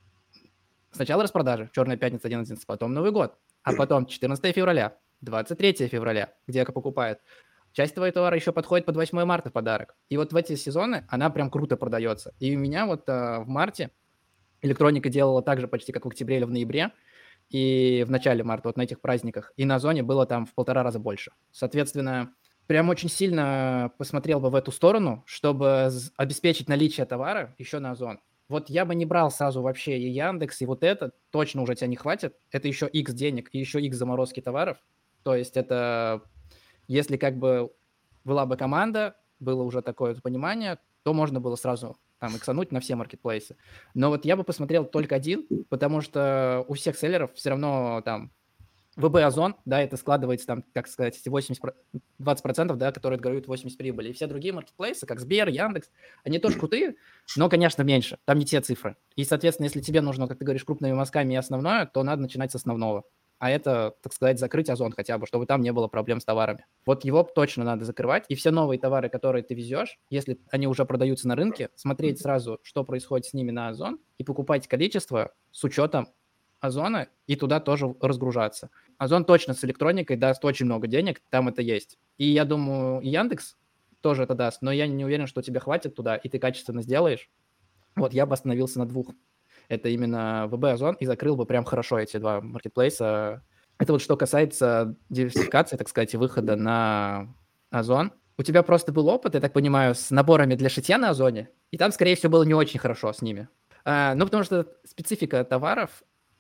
сначала распродажи, Черная пятница, одиннадцатый, потом Новый год, а потом четырнадцатого февраля, двадцать третьего февраля, где покупают. Часть твоего товара еще подходит под восьмое марта в подарок. И вот в эти сезоны она прям круто продается. И у меня вот а, в марте электроника делала так же почти, как в октябре или в ноябре, и в начале марта, вот на этих праздниках. И на Озоне было там в полтора раза больше. Соответственно, прям очень сильно посмотрел бы в эту сторону, чтобы обеспечить наличие товара еще на Озон. Вот я бы не брал сразу вообще и Яндекс, и вот это, точно уже тебя не хватит. Это еще X денег и еще X заморозки товаров. То есть это, если как бы была бы команда, было уже такое понимание, то можно было сразу там иксануть на все маркетплейсы. Но вот я бы посмотрел только один, потому что у всех селлеров все равно там вэ бэ Озон, да, это складывается там, как сказать, восемьдесят, двадцать процентов, да, которые отгоруют восемьдесят прибыли. И все другие маркетплейсы, как Сбер, Яндекс, они тоже крутые, но, конечно, меньше. Там не те цифры. И, соответственно, если тебе нужно, как ты говоришь, крупными мазками и основное, то надо начинать с основного. А это, так сказать, закрыть Озон хотя бы, чтобы там не было проблем с товарами. Вот его точно надо закрывать. И все новые товары, которые ты везешь, если они уже продаются на рынке, смотреть сразу, что происходит с ними на Озон, и покупать количество с учетом Озона и туда тоже разгружаться. Озон точно с электроникой даст очень много денег, там это есть. И я думаю, и Яндекс тоже это даст, но я не уверен, что тебе хватит туда, и ты качественно сделаешь. Вот я бы остановился на двух. Это именно ВБ Озон, и закрыл бы прям хорошо эти два маркетплейса. Это вот что касается диверсификации, так сказать, и выхода на Озон. У тебя просто был опыт, я так понимаю, с наборами для шитья на Озоне, и там, скорее всего, было не очень хорошо с ними. А, ну, потому что специфика товаров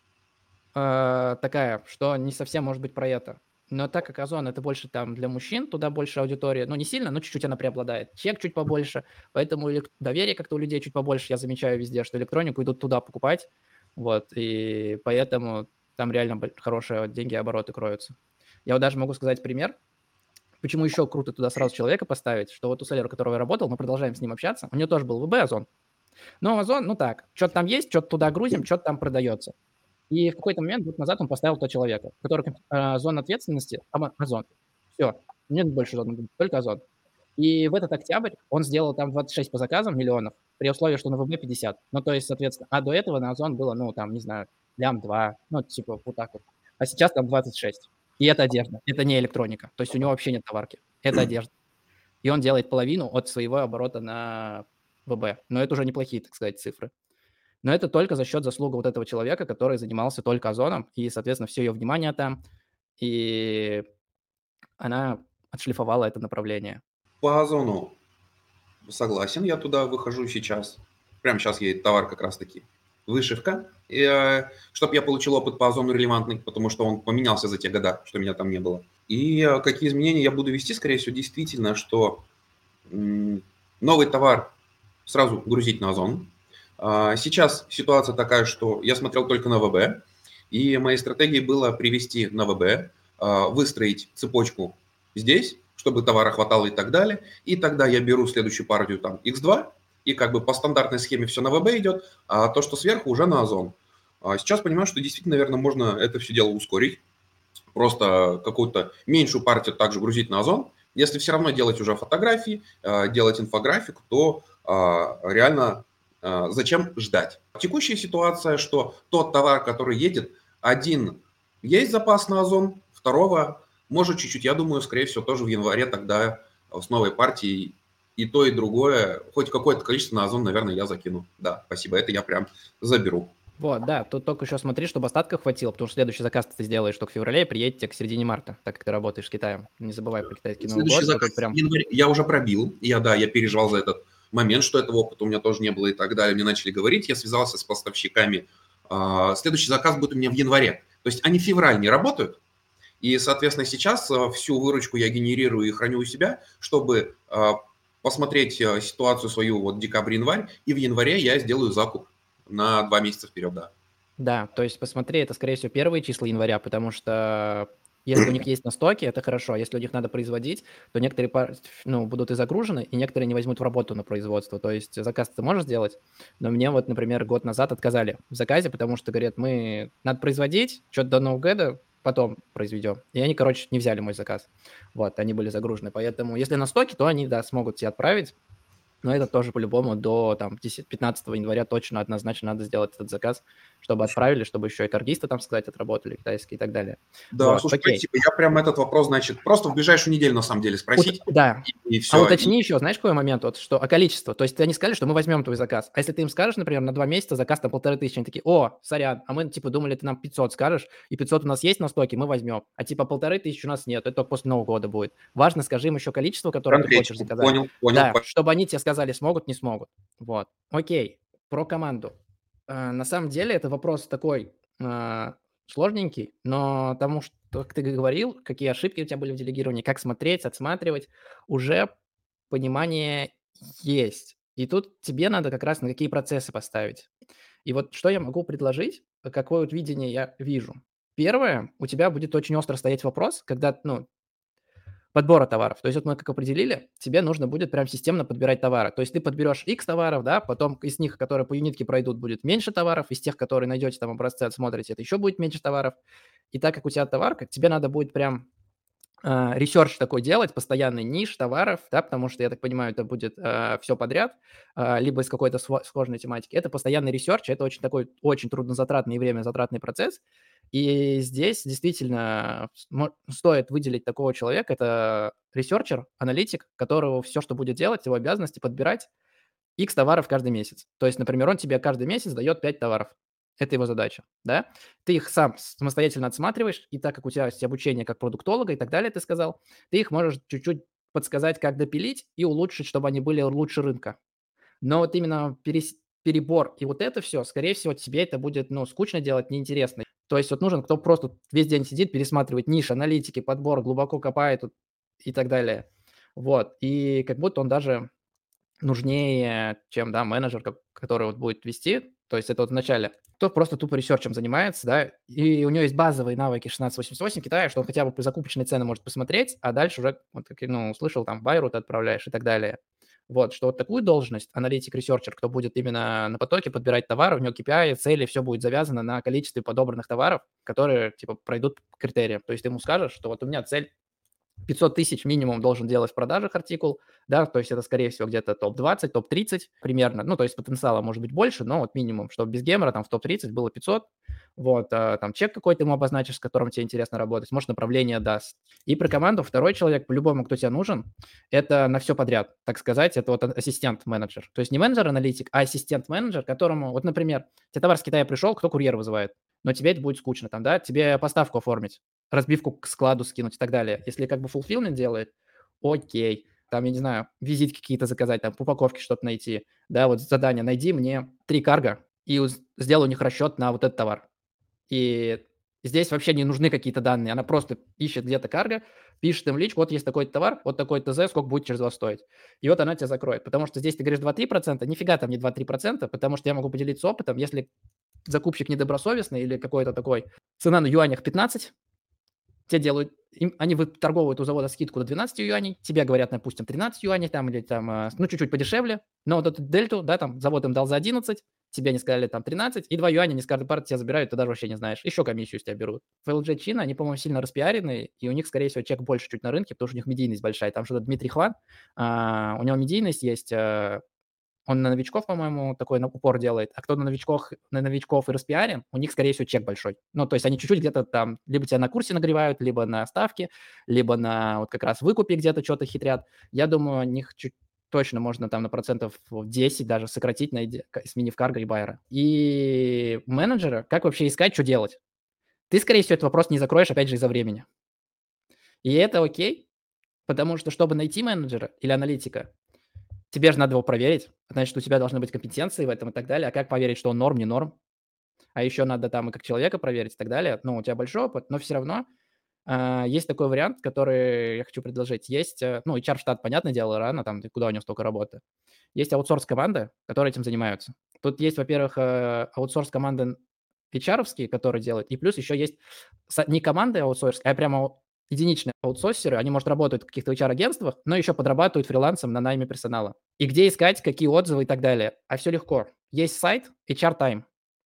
а, такая, что не совсем может быть про это. Но так как Озон это больше там для мужчин, туда больше аудитория, ну не сильно, но чуть-чуть она преобладает. Чек чуть побольше, поэтому элек- доверие как-то у людей чуть побольше. Я замечаю везде, что электронику идут туда покупать, вот, и поэтому там реально бо- хорошие деньги и обороты кроются. Я вот даже могу сказать пример, почему еще круто туда сразу человека поставить, что вот у селлера, у которого я работал, мы продолжаем с ним общаться, у него тоже был ВБ Озон. Но Озон, ну так, что-то там есть, что-то туда грузим, что-то там продается. И в какой-то момент, год назад, он поставил тот человека, который комп- а, зона ответственности, Ама- Озон. Все, нет больше зоны, только Озон. И в этот октябрь он сделал там двадцать шесть по заказам миллионов, при условии, что на ВБ пятьдесят. Ну, то есть, соответственно, а до этого на Озон было, ну, там, не знаю, лям два, ну, типа вот так вот. А сейчас там двадцать шесть. И это одежда, это не электроника. То есть у него вообще нет товарки, это одежда. И он делает половину от своего оборота на ВБ. Но это уже неплохие, так сказать, цифры. Но это только за счет заслуги вот этого человека, который занимался только Озоном, и, соответственно, все ее внимание там, и она отшлифовала это направление. По Озону согласен, я туда выхожу сейчас. Прямо сейчас едет товар как раз-таки. Вышивка. И, э, чтобы я получил опыт по Озону релевантный, потому что он поменялся за те года, что меня там не было. И э, какие изменения я буду вести, скорее всего, действительно, что м, новый товар сразу грузить на Озон. А, Сейчас ситуация такая, что я смотрел только на ВБ, и моей стратегией было привести на ВБ, а, выстроить цепочку здесь, чтобы товара хватало и так далее. И тогда я беру следующую партию там икс два, и как бы по стандартной схеме все на ВБ идет, а то, что сверху, уже на Озон. А Сейчас понимаю, что действительно, наверное, можно это все дело ускорить. Просто какую-то меньшую партию также грузить на Озон. Если все равно делать уже фотографии, а, делать инфографику, то а, реально а, зачем ждать? Текущая ситуация, что тот товар, который едет, один есть запас на Озон, второго может чуть-чуть, я думаю, скорее всего, тоже в январе тогда с новой партией и то, и другое, хоть какое-то количество на Озон, наверное, я закину. Да, спасибо, это я прям заберу. Вот, да, тут только еще смотри, чтобы остатков хватило, потому что следующий заказ ты сделаешь только в феврале и приедете к середине марта, так как ты работаешь с Китаем. Не забывай про китайский Новый Следующий год. что заказ тут прям... в январе я уже пробил. Я, да, я переживал за этот момент, что этого опыта у меня тоже не было и так далее. Мне начали говорить, я связался с поставщиками. А, Следующий заказ будет у меня в январе. То есть они в февраль не работают. И, соответственно, сейчас а, всю выручку я генерирую и храню у себя, чтобы а, посмотреть а, ситуацию свою вот декабрь-январь. И в январе я сделаю закуп на два месяца вперед, да. Да, то есть посмотри, это, скорее всего, первые числа января, потому что если у них есть на стоке, это хорошо. А если у них надо производить, то некоторые пар- ну, будут и загружены, и некоторые не возьмут в работу на производство. То есть заказ ты можешь сделать, но мне вот, например, год назад отказали в заказе, потому что, говорят, мы надо производить, что-то до Нового года потом произведем. И они, короче, не взяли мой заказ. Вот, они были загружены. Поэтому, если на стоке, то они, да, смогут тебе отправить. Но это тоже по-любому до там, пятнадцатого января точно однозначно надо сделать этот заказ, чтобы отправили, чтобы еще и торгисты, там сказать, отработали, китайские и так далее. Да, Вот, слушай, окей. спасибо. Я прям этот вопрос, значит, просто в ближайшую неделю, на самом деле, спросить. Ут- да. И, и А все. уточни еще, знаешь, какой момент, вот, что, а количество? То есть они сказали, что мы возьмем твой заказ. А если ты им скажешь, например, на два месяца заказ там полторы тысячи, они такие, о, сорян, а мы типа думали, ты нам пятьсот скажешь, и пятьсот у нас есть на стоке, мы возьмем. А типа полторы тысячи у нас нет, это только после Нового года будет. Важно, скажи им еще количество, которое ты хочешь Конкретику. заказать. Понял, понял. Да, понял. чтобы они тебе сказали, смогут, не смогут. Вот. Окей, про команду. А, на самом деле это вопрос такой а, сложненький, но тому, что, как ты говорил, какие ошибки у тебя были в делегировании, как смотреть, отсматривать, уже понимание есть. И тут тебе надо как раз на какие процессы поставить. И вот что я могу предложить, какое вот видение я вижу. Первое, у тебя будет очень остро стоять вопрос, когда, ну, подбора товаров. То есть вот мы как определили, тебе нужно будет прям системно подбирать товары. То есть ты подберешь X товаров, да, потом из них, которые по юнитке пройдут, будет меньше товаров, из тех, которые найдете там образцы, отсмотрите, это еще будет меньше товаров. И так как у тебя товарка, тебе надо будет прям ресерч такой делать, постоянный ниш товаров, да, потому что, я так понимаю, это будет э, все подряд, э, либо из какой-то сво- сложной тематики. Это постоянный ресерч, это очень такой, очень труднозатратный и времязатратный процесс. И здесь действительно смо- стоит выделить такого человека, это ресерчер, аналитик, которого все, что будет делать, его обязанности подбирать X товаров каждый месяц. То есть, например, он тебе каждый месяц дает пять товаров. Это его задача, да? Ты их сам самостоятельно отсматриваешь, и так как у тебя есть обучение как продуктолога и так далее, ты сказал, ты их можешь чуть-чуть подсказать, как допилить и улучшить, чтобы они были лучше рынка. Но вот именно перес- перебор и вот это все, скорее всего, тебе это будет, ну, скучно делать, неинтересно. То есть вот нужен, кто просто весь день сидит, пересматривает ниши, аналитики, подбор, глубоко копает тут и так далее. Вот. И как будто он даже нужнее, чем, да, менеджер, ко- который вот будет вести. То есть это вот в начале. Кто просто тупо ресерчем занимается, да, и у него есть базовые навыки шестнадцать восемьдесят восемь Китая, что он хотя бы по закупочной цены может посмотреть, а дальше уже, вот, как, ну, услышал, там, байру ты отправляешь и так далее. Вот, что вот такую должность, аналитик-ресерчер, кто будет именно на потоке подбирать товары, у него кей пи ай, цели, все будет завязано на количестве подобранных товаров, которые, типа, пройдут критериям. То есть ты ему скажешь, что вот у меня цель пятьсот тысяч минимум должен делать в продажах артикул, да, то есть это, скорее всего, где-то топ двадцать, топ тридцать примерно, ну, то есть потенциала может быть больше, но вот минимум, чтобы без гемора там в топ тридцать было пятьсот, вот, а, там чек какой-то ему обозначишь, с которым тебе интересно работать, может, направление даст. И про команду второй человек, по-любому, кто тебе нужен, это на все подряд, так сказать, это вот ассистент-менеджер, то есть не менеджер-аналитик, а ассистент-менеджер, которому, вот, например, тебе товар с Китая пришел, кто курьер вызывает, но тебе это будет скучно там, да, тебе поставку оформить, разбивку к складу скинуть и так далее. Если как бы fulfillment делает, окей. Там, я не знаю, визитки какие-то заказать, там, по упаковке что-то найти. Да, вот задание, найди мне три карго и уз- сделай у них расчет на вот этот товар. И здесь вообще не нужны какие-то данные. Она просто ищет где-то карго, пишет им в личку, вот есть такой товар, вот такой ТЗ, сколько будет через вас стоить. И вот она тебя закроет. Потому что здесь ты говоришь два-три процента, нифига там не два-три процента, потому что я могу поделиться опытом, если закупщик недобросовестный или какой-то такой, цена на юанях пятнадцать, те делают, им, они выторговывают у завода скидку до двенадцать юаней, тебе говорят, допустим, тринадцать юаней там или там, а, ну, чуть-чуть подешевле, но вот эту дельту, да, там, завод им дал за одиннадцать, тебе не сказали там тринадцать, и два юаня не с каждой партии тебя забирают, ты даже вообще не знаешь, еще комиссию с тебя берут. В эл джи China, они, по-моему, сильно распиарены, и у них, скорее всего, чек больше чуть на рынке, потому что у них медийность большая, там что-то Дмитрий Хван, а, у него медийность есть, а, он на новичков, по-моему, такой на упор делает, а кто на новичков, на новичков и распиарен, у них, скорее всего, чек большой. Ну, то есть они чуть-чуть где-то там либо тебя на курсе нагревают, либо на ставке, либо на вот как раз выкупе где-то что-то хитрят. Я думаю, у них чуть точно можно там на процентов десять даже сократить, найди- к- сменив карго и байера. И менеджера, как вообще искать, что делать? Ты, скорее всего, этот вопрос не закроешь, опять же, из-за времени. И это окей, потому что, чтобы найти менеджера или аналитика, тебе же надо его проверить, значит, у тебя должны быть компетенции в этом и так далее. А как проверить, что он норм, не норм? А еще надо там и как человека проверить и так далее. Ну, у тебя большой опыт, но все равно а, есть такой вариант, который я хочу предложить. Есть, э, ну, эйч ар-штат, понятное дело, рано, там, куда у него столько работы. Есть аутсорс-команды, которые этим занимаются. Тут есть, во-первых, э, аутсорс-команды эйч ар-овские, которые делают, и плюс еще есть са- не команды аутсорс, а прямо единичные аутсорсеры, они, может, работают в каких-то эйч ар-агентствах, но еще подрабатывают фрилансом на найме персонала. И где искать, какие отзывы и так далее. А все легко. Есть сайт эйч ар Time.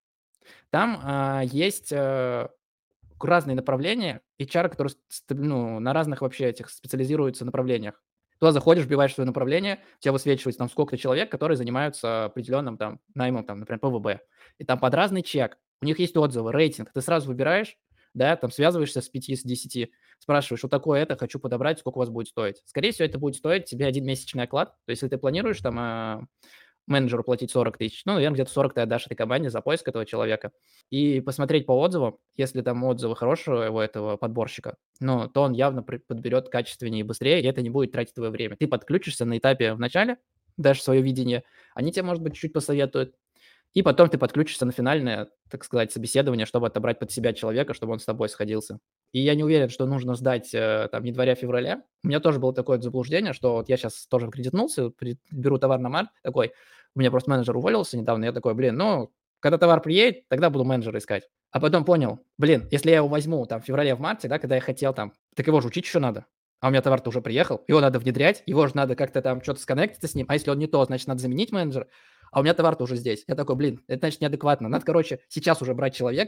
Там а, есть э, разные направления эйч ар, которые ст- ну, на разных вообще этих специализируются направлениях. Туда заходишь, вбиваешь свое направление, у тебя высвечивается там сколько-то человек, которые занимаются определенным там наймом, там, например, пэ вэ бэ. И там под разный чек. У них есть отзывы, рейтинг. Ты сразу выбираешь, да, там связываешься с пяти, с десяти, спрашиваешь, что такое это, хочу подобрать, сколько у вас будет стоить. Скорее всего, это будет стоить тебе один месячный оклад. То есть, если ты планируешь там а, менеджеру платить сорок тысяч, ну, наверное, где-то сорок ты отдашь этой команде за поиск этого человека. И посмотреть по отзывам, если там отзывы хорошего у этого подборщика, ну, то он явно при- подберет качественнее и быстрее, и это не будет тратить твое время. Ты подключишься на этапе в начале, дашь свое видение, они тебе, может быть, чуть-чуть посоветуют, и потом ты подключишься на финальное, так сказать, собеседование, чтобы отобрать под себя человека, чтобы он с тобой сходился. И я не уверен, что нужно сдать э, там января-февраля. У меня тоже было такое заблуждение, что вот я сейчас тоже кредитнулся, при- беру товар на март, такой, у меня просто менеджер уволился недавно, я такой, блин, ну, когда товар приедет, тогда буду менеджера искать. А потом понял, блин, если я его возьму там в феврале, в марте, да, когда я хотел там, так его же учить еще надо. А у меня товар-то уже приехал, его надо внедрять, его же надо как-то там что-то сконнектиться с ним, а если он не то, значит, надо заменить менеджера, а у меня товар-то уже здесь. Я такой, блин, это значит неадекватно. Надо, короче, сейчас уже брать человека,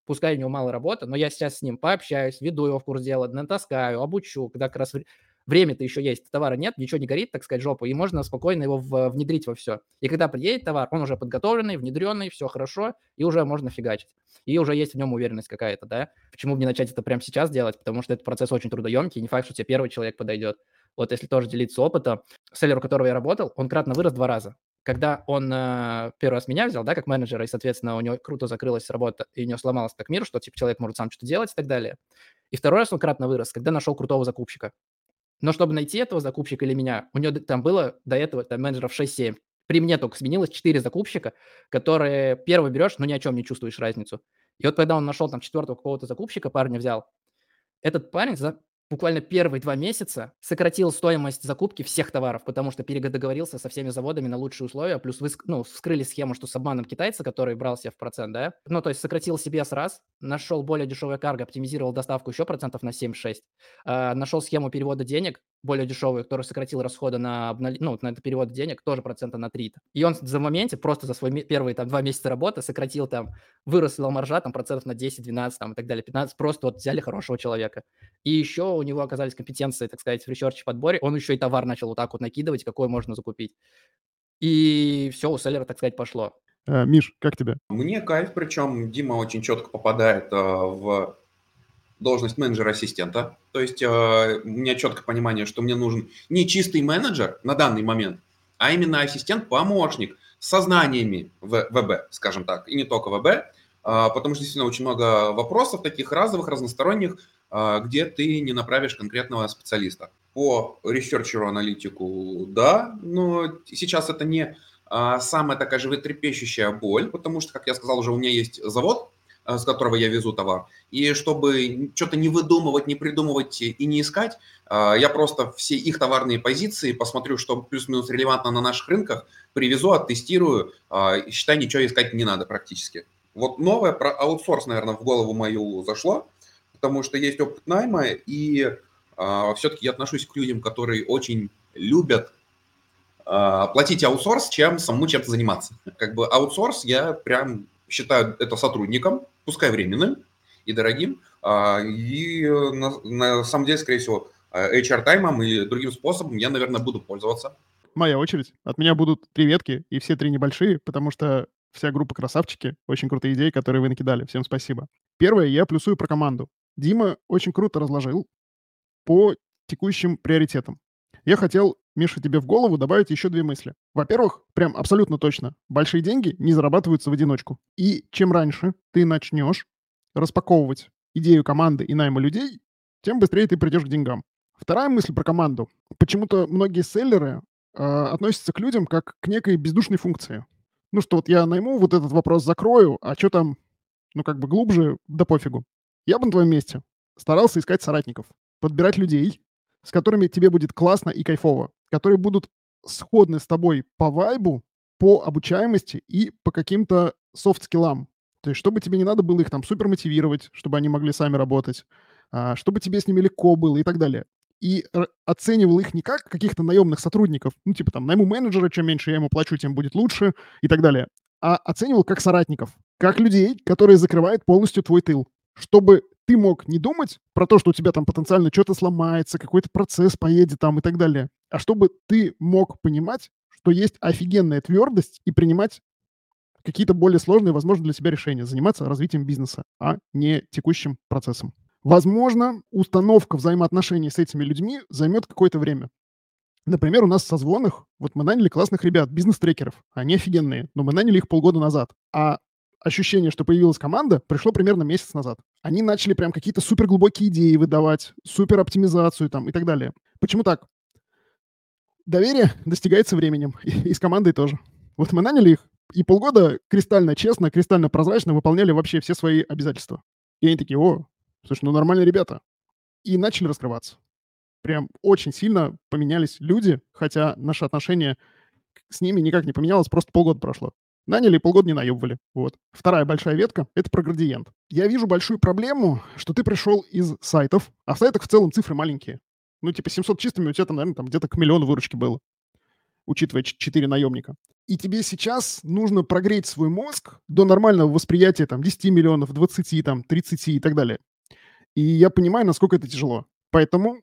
пускай у него мало работы, но я сейчас с ним пообщаюсь, веду его в курс дела, натаскаю, обучу, когда как раз время-то еще есть, товара нет, ничего не горит, так сказать, жопу, и можно спокойно его в, внедрить во все. И когда приедет товар, он уже подготовленный, внедренный, все хорошо, и уже можно фигачить. И уже есть в нем уверенность какая-то, да. Почему бы не начать это прямо сейчас делать? Потому что этот процесс очень трудоемкий, не факт, что тебе первый человек подойдет. Вот если тоже делиться опытом, селлер, у которого я работал, он кратно вырос два раза. Когда он э, первый раз меня взял, да, как менеджера, и, соответственно, у него круто закрылась работа, и у него сломалось так мир, что типа человек может сам что-то делать и так далее. И второй раз он кратно вырос, когда нашел крутого закупщика. Но чтобы найти этого закупщика или меня, у него там было до этого там, менеджеров шесть-семь. При мне только сменилось четыре закупщика, которые первый берешь, но ни о чем не чувствуешь разницу. И вот когда он нашел там четвертого какого-то закупщика, парня взял, этот парень за буквально первые два месяца сократил стоимость закупки всех товаров, потому что передоговорился со всеми заводами на лучшие условия, плюс вы, ну, вскрыли схему, что с обманом китайца, который брал себе в процент, да, ну, то есть сократил себе с раз, нашел более дешевое карго, оптимизировал доставку еще процентов на семь-шесть, э, нашел схему перевода денег более дешевую, который сократил расходы на, обнал... ну, на это перевод денег тоже процента на три. И он за моменте, просто за свои первые там два месяца работы сократил там, выросла маржа там процентов на десять-двенадцать там и так далее, пятнадцать, просто вот взяли хорошего человека. И еще у него оказались компетенции, так сказать, в ресерч-подборе. Он еще и товар начал вот так вот накидывать, какой можно закупить. И все, у селлера, так сказать, пошло. Э, Миш, как тебе? Мне кайф, причем Дима очень четко попадает э, в должность менеджера-ассистента. То есть э, у меня четкое понимание, что мне нужен не чистый менеджер на данный момент, а именно ассистент-помощник с сознаниями в ВБ, скажем так, и не только ВБ, э, потому что действительно очень много вопросов таких разовых, разносторонних, э, где ты не направишь конкретного специалиста. По ресерчеру-аналитику, да, но сейчас это не э, самая такая животрепещущая боль, потому что, как я сказал, уже у меня есть завод, с которого я везу товар. И чтобы что-то не выдумывать, не придумывать и не искать, я просто все их товарные позиции посмотрю, что плюс-минус релевантно на наших рынках, привезу, оттестирую, считай, ничего искать не надо практически. Вот новое про аутсорс, наверное, в голову мою зашло, потому что есть опыт найма, и все-таки я отношусь к людям, которые очень любят платить аутсорс, чем самому чем-то заниматься. Как бы аутсорс я прям считаю это сотрудником, пускай временным и дорогим, и на, на самом деле, скорее всего, эйч ар-таймом и другим способом я, наверное, буду пользоваться. Моя очередь. От меня будут три ветки, и все три небольшие, потому что вся группа красавчики, очень крутые идеи, которые вы накидали. Всем спасибо. Первое, я плюсую про команду. Дима очень круто разложил по текущим приоритетам. Я хотел, Миша, тебе в голову добавить еще две мысли. Во-первых, прям абсолютно точно, большие деньги не зарабатываются в одиночку. И чем раньше ты начнешь распаковывать идею команды и найма людей, тем быстрее ты придешь к деньгам. Вторая мысль про команду. Почему-то многие селлеры э, относятся к людям как к некой бездушной функции. Ну что вот я найму, вот этот вопрос закрою, а что там, ну как бы глубже, да пофигу. Я бы на твоем месте старался искать соратников, подбирать людей, с которыми тебе будет классно и кайфово, которые будут сходны с тобой по вайбу, по обучаемости и по каким-то софт-скиллам. То есть чтобы тебе не надо было их там супер мотивировать, чтобы они могли сами работать, чтобы тебе с ними легко было и так далее. И оценивал их не как каких-то наемных сотрудников, ну типа там найму менеджера, чем меньше я ему плачу, тем будет лучше и так далее, а оценивал как соратников, как людей, которые закрывают полностью твой тыл, чтобы ты мог не думать про то, что у тебя там потенциально что-то сломается, какой-то процесс поедет там и так далее, а чтобы ты мог понимать, что есть офигенная твердость и принимать какие-то более сложные, возможно, для себя решения, заниматься развитием бизнеса, а не текущим процессом. Возможно, установка взаимоотношений с этими людьми займет какое-то время. Например, у нас в созвонах, вот мы наняли классных ребят, бизнес-трекеров, они офигенные, но мы наняли их полгода назад, а ощущение, что появилась команда, пришло примерно месяц назад. Они начали прям какие-то суперглубокие идеи выдавать, супер-оптимизацию там и так далее. Почему так? Доверие достигается временем, и, и с командой тоже. Вот мы наняли их, и полгода кристально честно, кристально прозрачно выполняли вообще все свои обязательства. И они такие: о, слушай, ну нормальные ребята. И начали раскрываться. Прям очень сильно поменялись люди, хотя наше отношение с ними никак не поменялось, просто полгода прошло. Наняли и полгода не наебывали. Вот. Вторая большая ветка — это про градиент. Я вижу большую проблему, что ты пришел из сайтов, а в сайтах в целом цифры маленькие. Ну, типа семьсот чистыми, у тебя там, наверное, там где-то к миллиону выручки было. учитывая четыре наемника. И тебе сейчас нужно прогреть свой мозг до нормального восприятия там десять миллионов, двадцать, там, тридцать и так далее. И я понимаю, насколько это тяжело. Поэтому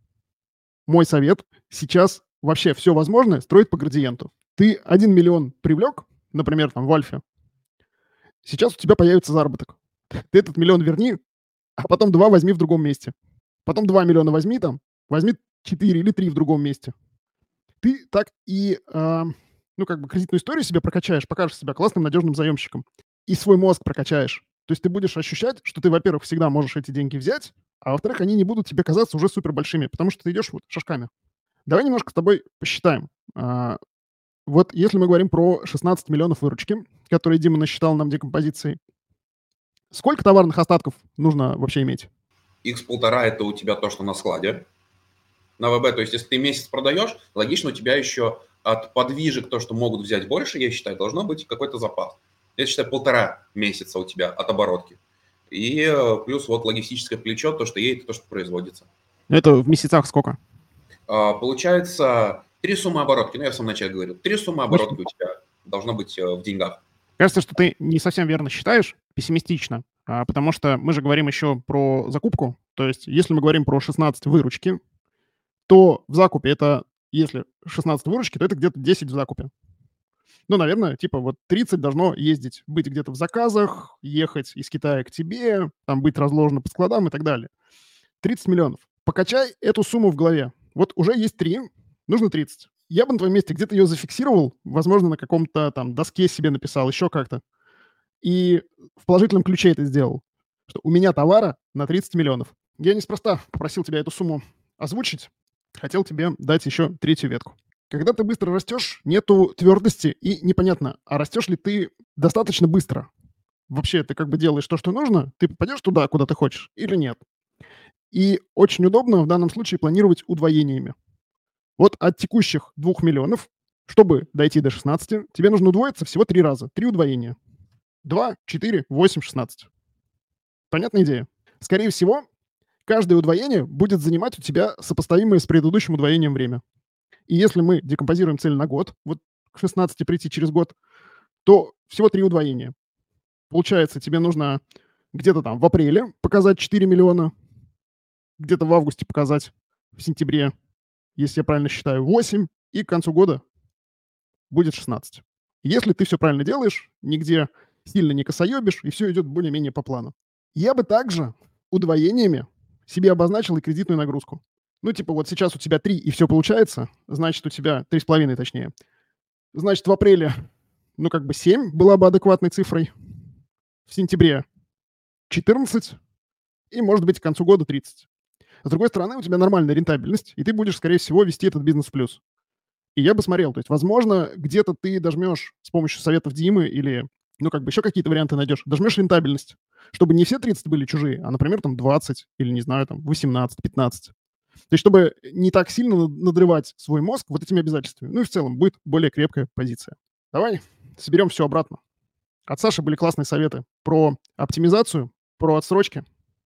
мой совет сейчас вообще все возможное строить по градиенту. Ты один миллион привлек, например, там в Альфе, сейчас у тебя появится заработок. Ты этот миллион верни, а потом два возьми в другом месте. Потом два миллиона возьми там, возьми четыре или три в другом месте. Ты так и, э, ну, как бы кредитную историю себе прокачаешь, покажешь себя классным, надежным заемщиком. И свой мозг прокачаешь. То есть ты будешь ощущать, что ты, во-первых, всегда можешь эти деньги взять, а во-вторых, они не будут тебе казаться уже супер большими, потому что ты идешь вот шажками. Давай немножко с тобой посчитаем. А, вот если мы говорим про шестнадцать миллионов выручки, которые Дима насчитал нам декомпозицией, сколько товарных остатков нужно вообще иметь? икс полтора это у тебя то, что на складе. На ВБ, то есть если ты месяц продаешь, логично у тебя еще от подвижек, то, что могут взять больше, я считаю, должно быть какой-то запас. Я считаю, полтора месяца у тебя от оборотки. И э, плюс вот логистическое плечо, то, что едет, то, что производится. Это в месяцах сколько? А, получается, три суммы оборотки. Ну, я в самом начале говорил. Три суммы оборотки у тебя должно быть э, в деньгах. Кажется, что ты не совсем верно считаешь, пессимистично, а, потому что мы же говорим еще про закупку. То есть если мы говорим про шестнадцать выручки, то в закупе это, если шестнадцать выручки, то это где-то десять в закупе. Ну, наверное, типа вот тридцать должно ездить, быть где-то в заказах, ехать из Китая к тебе, там быть разложено по складам и так далее. тридцать миллионов. Покачай эту сумму в голове. Вот уже есть три, нужно тридцать. Я бы на твоем месте где-то ее зафиксировал, возможно, на каком-то там доске себе написал, еще как-то. И в положительном ключе это сделал. Что у меня товара на тридцать миллионов. Я неспроста попросил тебя эту сумму озвучить. Хотел тебе дать еще третью ветку. Когда ты быстро растешь, нету твердости и непонятно, а растешь ли ты достаточно быстро. Вообще ты как бы делаешь то, что нужно, ты попадешь туда, куда ты хочешь, или нет. И очень удобно в данном случае планировать удвоениями. Вот от текущих двух миллионов, чтобы дойти до шестнадцати, тебе нужно удвоиться всего три раза. Три удвоения. два, четыре, восемь, шестнадцать. Понятная идея? Скорее всего, каждое удвоение будет занимать у тебя сопоставимое с предыдущим удвоением время. И если мы декомпозируем цель на год, вот к шестнадцати прийти через год, то всего три удвоения. Получается, тебе нужно где-то там в апреле показать четыре миллиона, где-то в августе показать, в сентябре, если я правильно считаю, восемь, и к концу года будет шестнадцать. Если ты все правильно делаешь, нигде сильно не косоебишь, и все идет более-менее по плану. Я бы также удвоениями себе обозначил и кредитную нагрузку. Ну, типа, вот сейчас у тебя три, и все получается, значит, у тебя три с половиной, точнее. Значит, в апреле, ну, как бы семь была бы адекватной цифрой, в сентябре четырнадцать, и, может быть, к концу года тридцать. С другой стороны, у тебя нормальная рентабельность, и ты будешь, скорее всего, вести этот бизнес в плюс. И я бы смотрел, то есть, возможно, где-то ты дожмешь с помощью советов Димы или, ну, как бы еще какие-то варианты найдешь, дожмешь рентабельность, чтобы не все тридцать были чужие, а, например, там двадцать или, не знаю, там восемнадцать, пятнадцать. То есть, чтобы не так сильно надрывать свой мозг вот этими обязательствами. Ну и в целом будет более крепкая позиция. Давай соберем все обратно. От Саши были классные советы про оптимизацию, про отсрочки.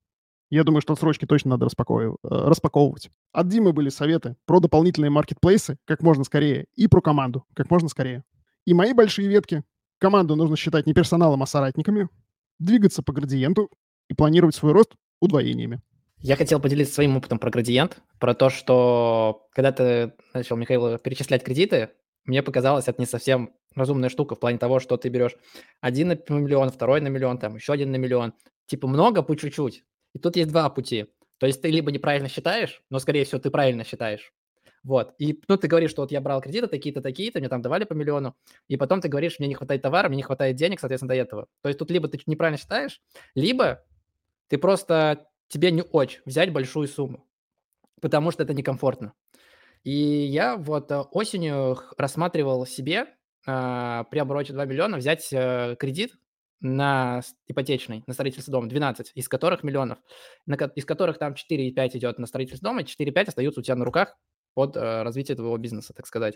Я думаю, что отсрочки точно надо распаковывать. распаковывать. От Димы были советы про дополнительные маркетплейсы как можно скорее и про команду как можно скорее. И мои большие ветки. Команду нужно считать не персоналом, а соратниками, двигаться по градиенту и планировать свой рост удвоениями. Я хотел поделиться своим опытом про градиент, про то, что когда ты начал, Михаил, перечислять кредиты, мне показалось, это не совсем разумная штука в плане того, что ты берешь один на миллион, второй на миллион, там еще один на миллион. Типа много по чуть-чуть. И тут есть два пути. То есть ты либо неправильно считаешь, но, скорее всего, ты правильно считаешь. Вот. И ну, ты говоришь, что вот я брал кредиты такие-то, такие-то, мне там давали по миллиону, и потом ты говоришь, мне не хватает товара, мне не хватает денег, соответственно, до этого. То есть тут либо ты неправильно считаешь, либо ты просто, тебе не очень взять большую сумму, потому что это некомфортно. И я вот э, осенью х- рассматривал себе а, при обороте два миллиона взять э, кредит на с- ипотечный, на строительство дома, двенадцать, из которых миллионов, на ко- из которых там четыре и пять идет на строительство дома, четыре и пять остаются у тебя на руках под э, развитие твоего бизнеса, так сказать.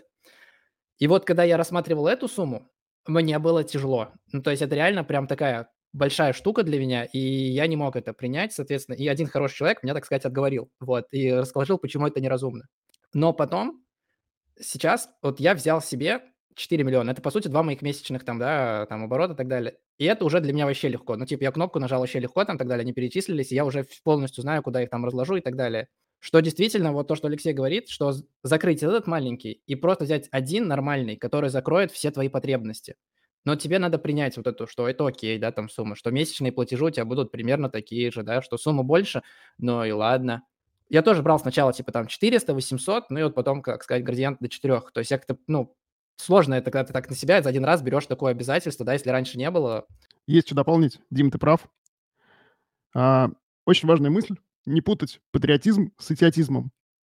И вот когда я рассматривал эту сумму, мне было тяжело. Ну, то есть это реально прям такая большая штука для меня, и я не мог это принять, соответственно. И один хороший человек меня, так сказать, отговорил, вот, и рассказал, почему это неразумно. Но потом сейчас вот я взял себе четыре миллиона. Это, по сути, два моих месячных там, да, там оборота и так далее. И это уже для меня вообще легко. Ну, типа, я кнопку нажал вообще легко, там, и так далее, они перечислились, и я уже в- полностью знаю, куда их там разложу и так далее. Что действительно, вот то, что Алексей говорит, что з- закрыть этот маленький и просто взять один нормальный, который закроет все твои потребности. Но тебе надо принять вот эту, что это окей, да, там сумма, что месячные платежи у тебя будут примерно такие же, да, что сумма больше, но и ладно. Я тоже брал сначала типа там четыреста, восемьсот, ну и вот потом, как сказать, градиент до четырех. То есть я как-то, ну, сложно это, когда ты так на себя за один раз берешь такое обязательство, да, если раньше не было. Есть что дополнить. Дим, ты прав. А, очень важная мысль — не путать патриотизм с идиотизмом.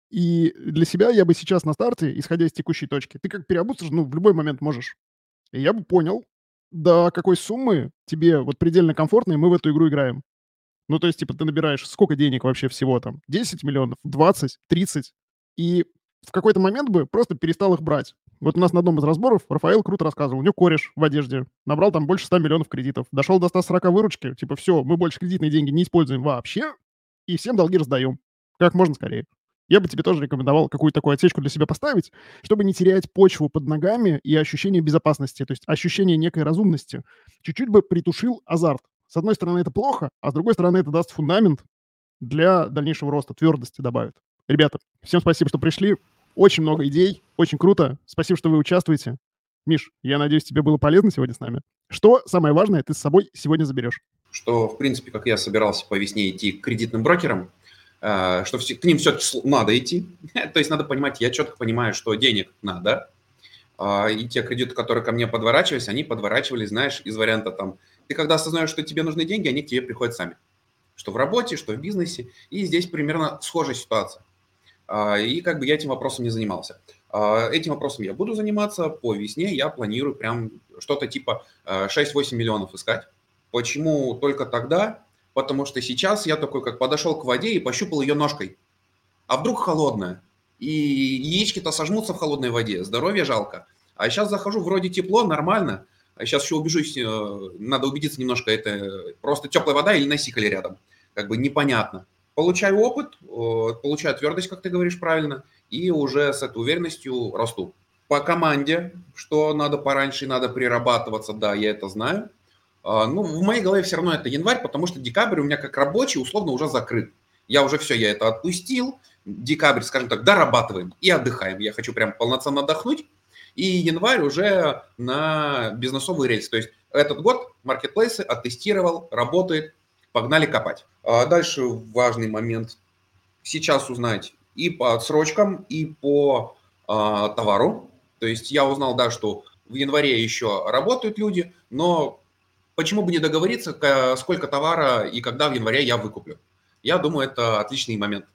И для себя я бы сейчас на старте, исходя из текущей точки, ты как переобуться же, ну, в любой момент можешь. И я бы понял, до какой суммы тебе вот предельно комфортно, и мы в эту игру играем. Ну, то есть, типа, ты набираешь сколько денег вообще всего там? десять миллионов, двадцать, тридцать. И в какой-то момент бы просто перестал их брать. Вот у нас на одном из разборов Рафаэл круто рассказывал. У него кореш в одежде. Набрал там больше ста миллионов кредитов. Дошел до ста сорока выручки. Типа, все, мы больше кредитные деньги не используем вообще. И всем долги раздаем. Как можно скорее. Я бы тебе тоже рекомендовал какую-то такую отсечку для себя поставить, чтобы не терять почву под ногами и ощущение безопасности, то есть ощущение некой разумности. Чуть-чуть бы притушил азарт. С одной стороны, это плохо, а с другой стороны, это даст фундамент для дальнейшего роста, твердости добавит. Ребята, всем спасибо, что пришли. Очень много идей, очень круто. Спасибо, что вы участвуете. Миш, я надеюсь, тебе было полезно сегодня с нами. Что самое важное ты с собой сегодня заберешь? Что, в принципе, как я собирался по весне идти к кредитным брокерам, э, что все, к ним все-таки надо идти. То есть надо понимать, я четко понимаю, что денег надо. А, и те кредиты, которые ко мне подворачивались, они подворачивались, знаешь, из варианта там, ты когда осознаешь, что тебе нужны деньги, они к тебе приходят сами. Что в работе, что в бизнесе. И здесь примерно схожая ситуация. А, И как бы я этим вопросом не занимался. А, Этим вопросом я буду заниматься по весне. Я планирую прям что-то типа э, шесть-восемь миллионов искать. Почему только тогда? Потому что сейчас я такой, как подошел к воде и пощупал ее ножкой. А вдруг холодная? И яички-то сожмутся в холодной воде. Здоровье жалко. А сейчас захожу, вроде тепло, нормально. А сейчас еще убежусь, э, надо убедиться немножко, это просто теплая вода или носитель рядом. Как бы непонятно. Получаю опыт, э, получаю твердость, как ты говоришь правильно, и уже с этой уверенностью расту. По команде, что надо пораньше, надо прирабатываться, да, я это знаю. А, Ну, в моей голове все равно это январь, потому что декабрь у меня как рабочий условно уже закрыт. Я уже все, я это отпустил. Декабрь, скажем так, дорабатываем и отдыхаем. Я хочу прям полноценно отдохнуть. И январь уже на бизнесовый рельс. То есть этот год маркетплейсы оттестировал, работает, погнали копать. А дальше важный момент. Сейчас узнать и по отсрочкам, и по а, товару. То есть я узнал, да, что в январе еще работают люди, но почему бы не договориться, ка- сколько товара и когда в январе я выкуплю. Я думаю, это отличный момент,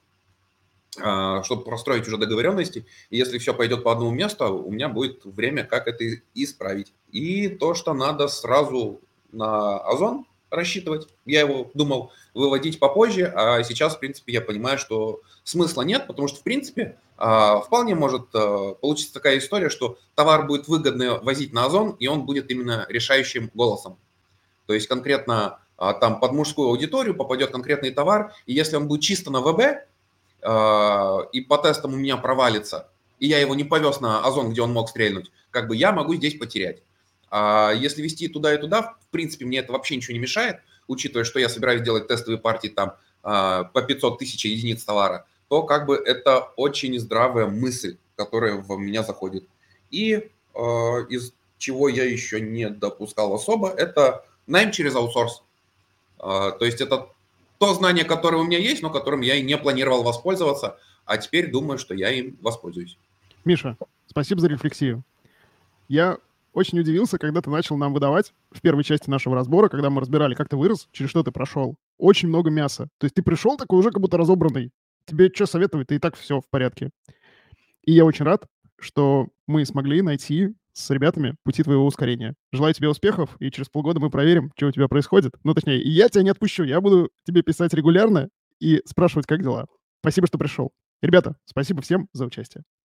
а, чтобы простроить уже договоренности. И если все пойдет по одному месту, у меня будет время, как это и- исправить. И то, что надо сразу на Озон рассчитывать. Я его думал выводить попозже, а сейчас, в принципе, я понимаю, что смысла нет, потому что, в принципе, а, вполне может а, получиться такая история, что товар будет выгодно возить на Озон, и он будет именно решающим голосом. То есть конкретно а, там под мужскую аудиторию попадет конкретный товар, и если он будет чисто на ВБ, а, и по тестам у меня провалится, и я его не повез на Озон, где он мог стрельнуть, как бы я могу здесь потерять. А если вести туда и туда, в принципе, мне это вообще ничего не мешает, учитывая, что я собираюсь делать тестовые партии там а, по пятьсот тысяч единиц товара, то как бы это очень здравая мысль, которая в меня заходит. И а, из чего я еще не допускал особо, это найм через аутсорс. А, То есть это то знание, которое у меня есть, но которым я и не планировал воспользоваться, а теперь думаю, что я им воспользуюсь. Миша, спасибо за рефлексию. Я очень удивился, когда ты начал нам выдавать в первой части нашего разбора, когда мы разбирали, как ты вырос, через что ты прошел. Очень много мяса. То есть ты пришел такой уже как будто разобранный. Тебе что советовать? Ты и так все в порядке. И я очень рад, что мы смогли найти с ребятами пути твоего ускорения. Желаю тебе успехов, и через полгода мы проверим, что у тебя происходит. Ну, точнее, и я тебя не отпущу. Я буду тебе писать регулярно и спрашивать, как дела. Спасибо, что пришел. Ребята, спасибо всем за участие.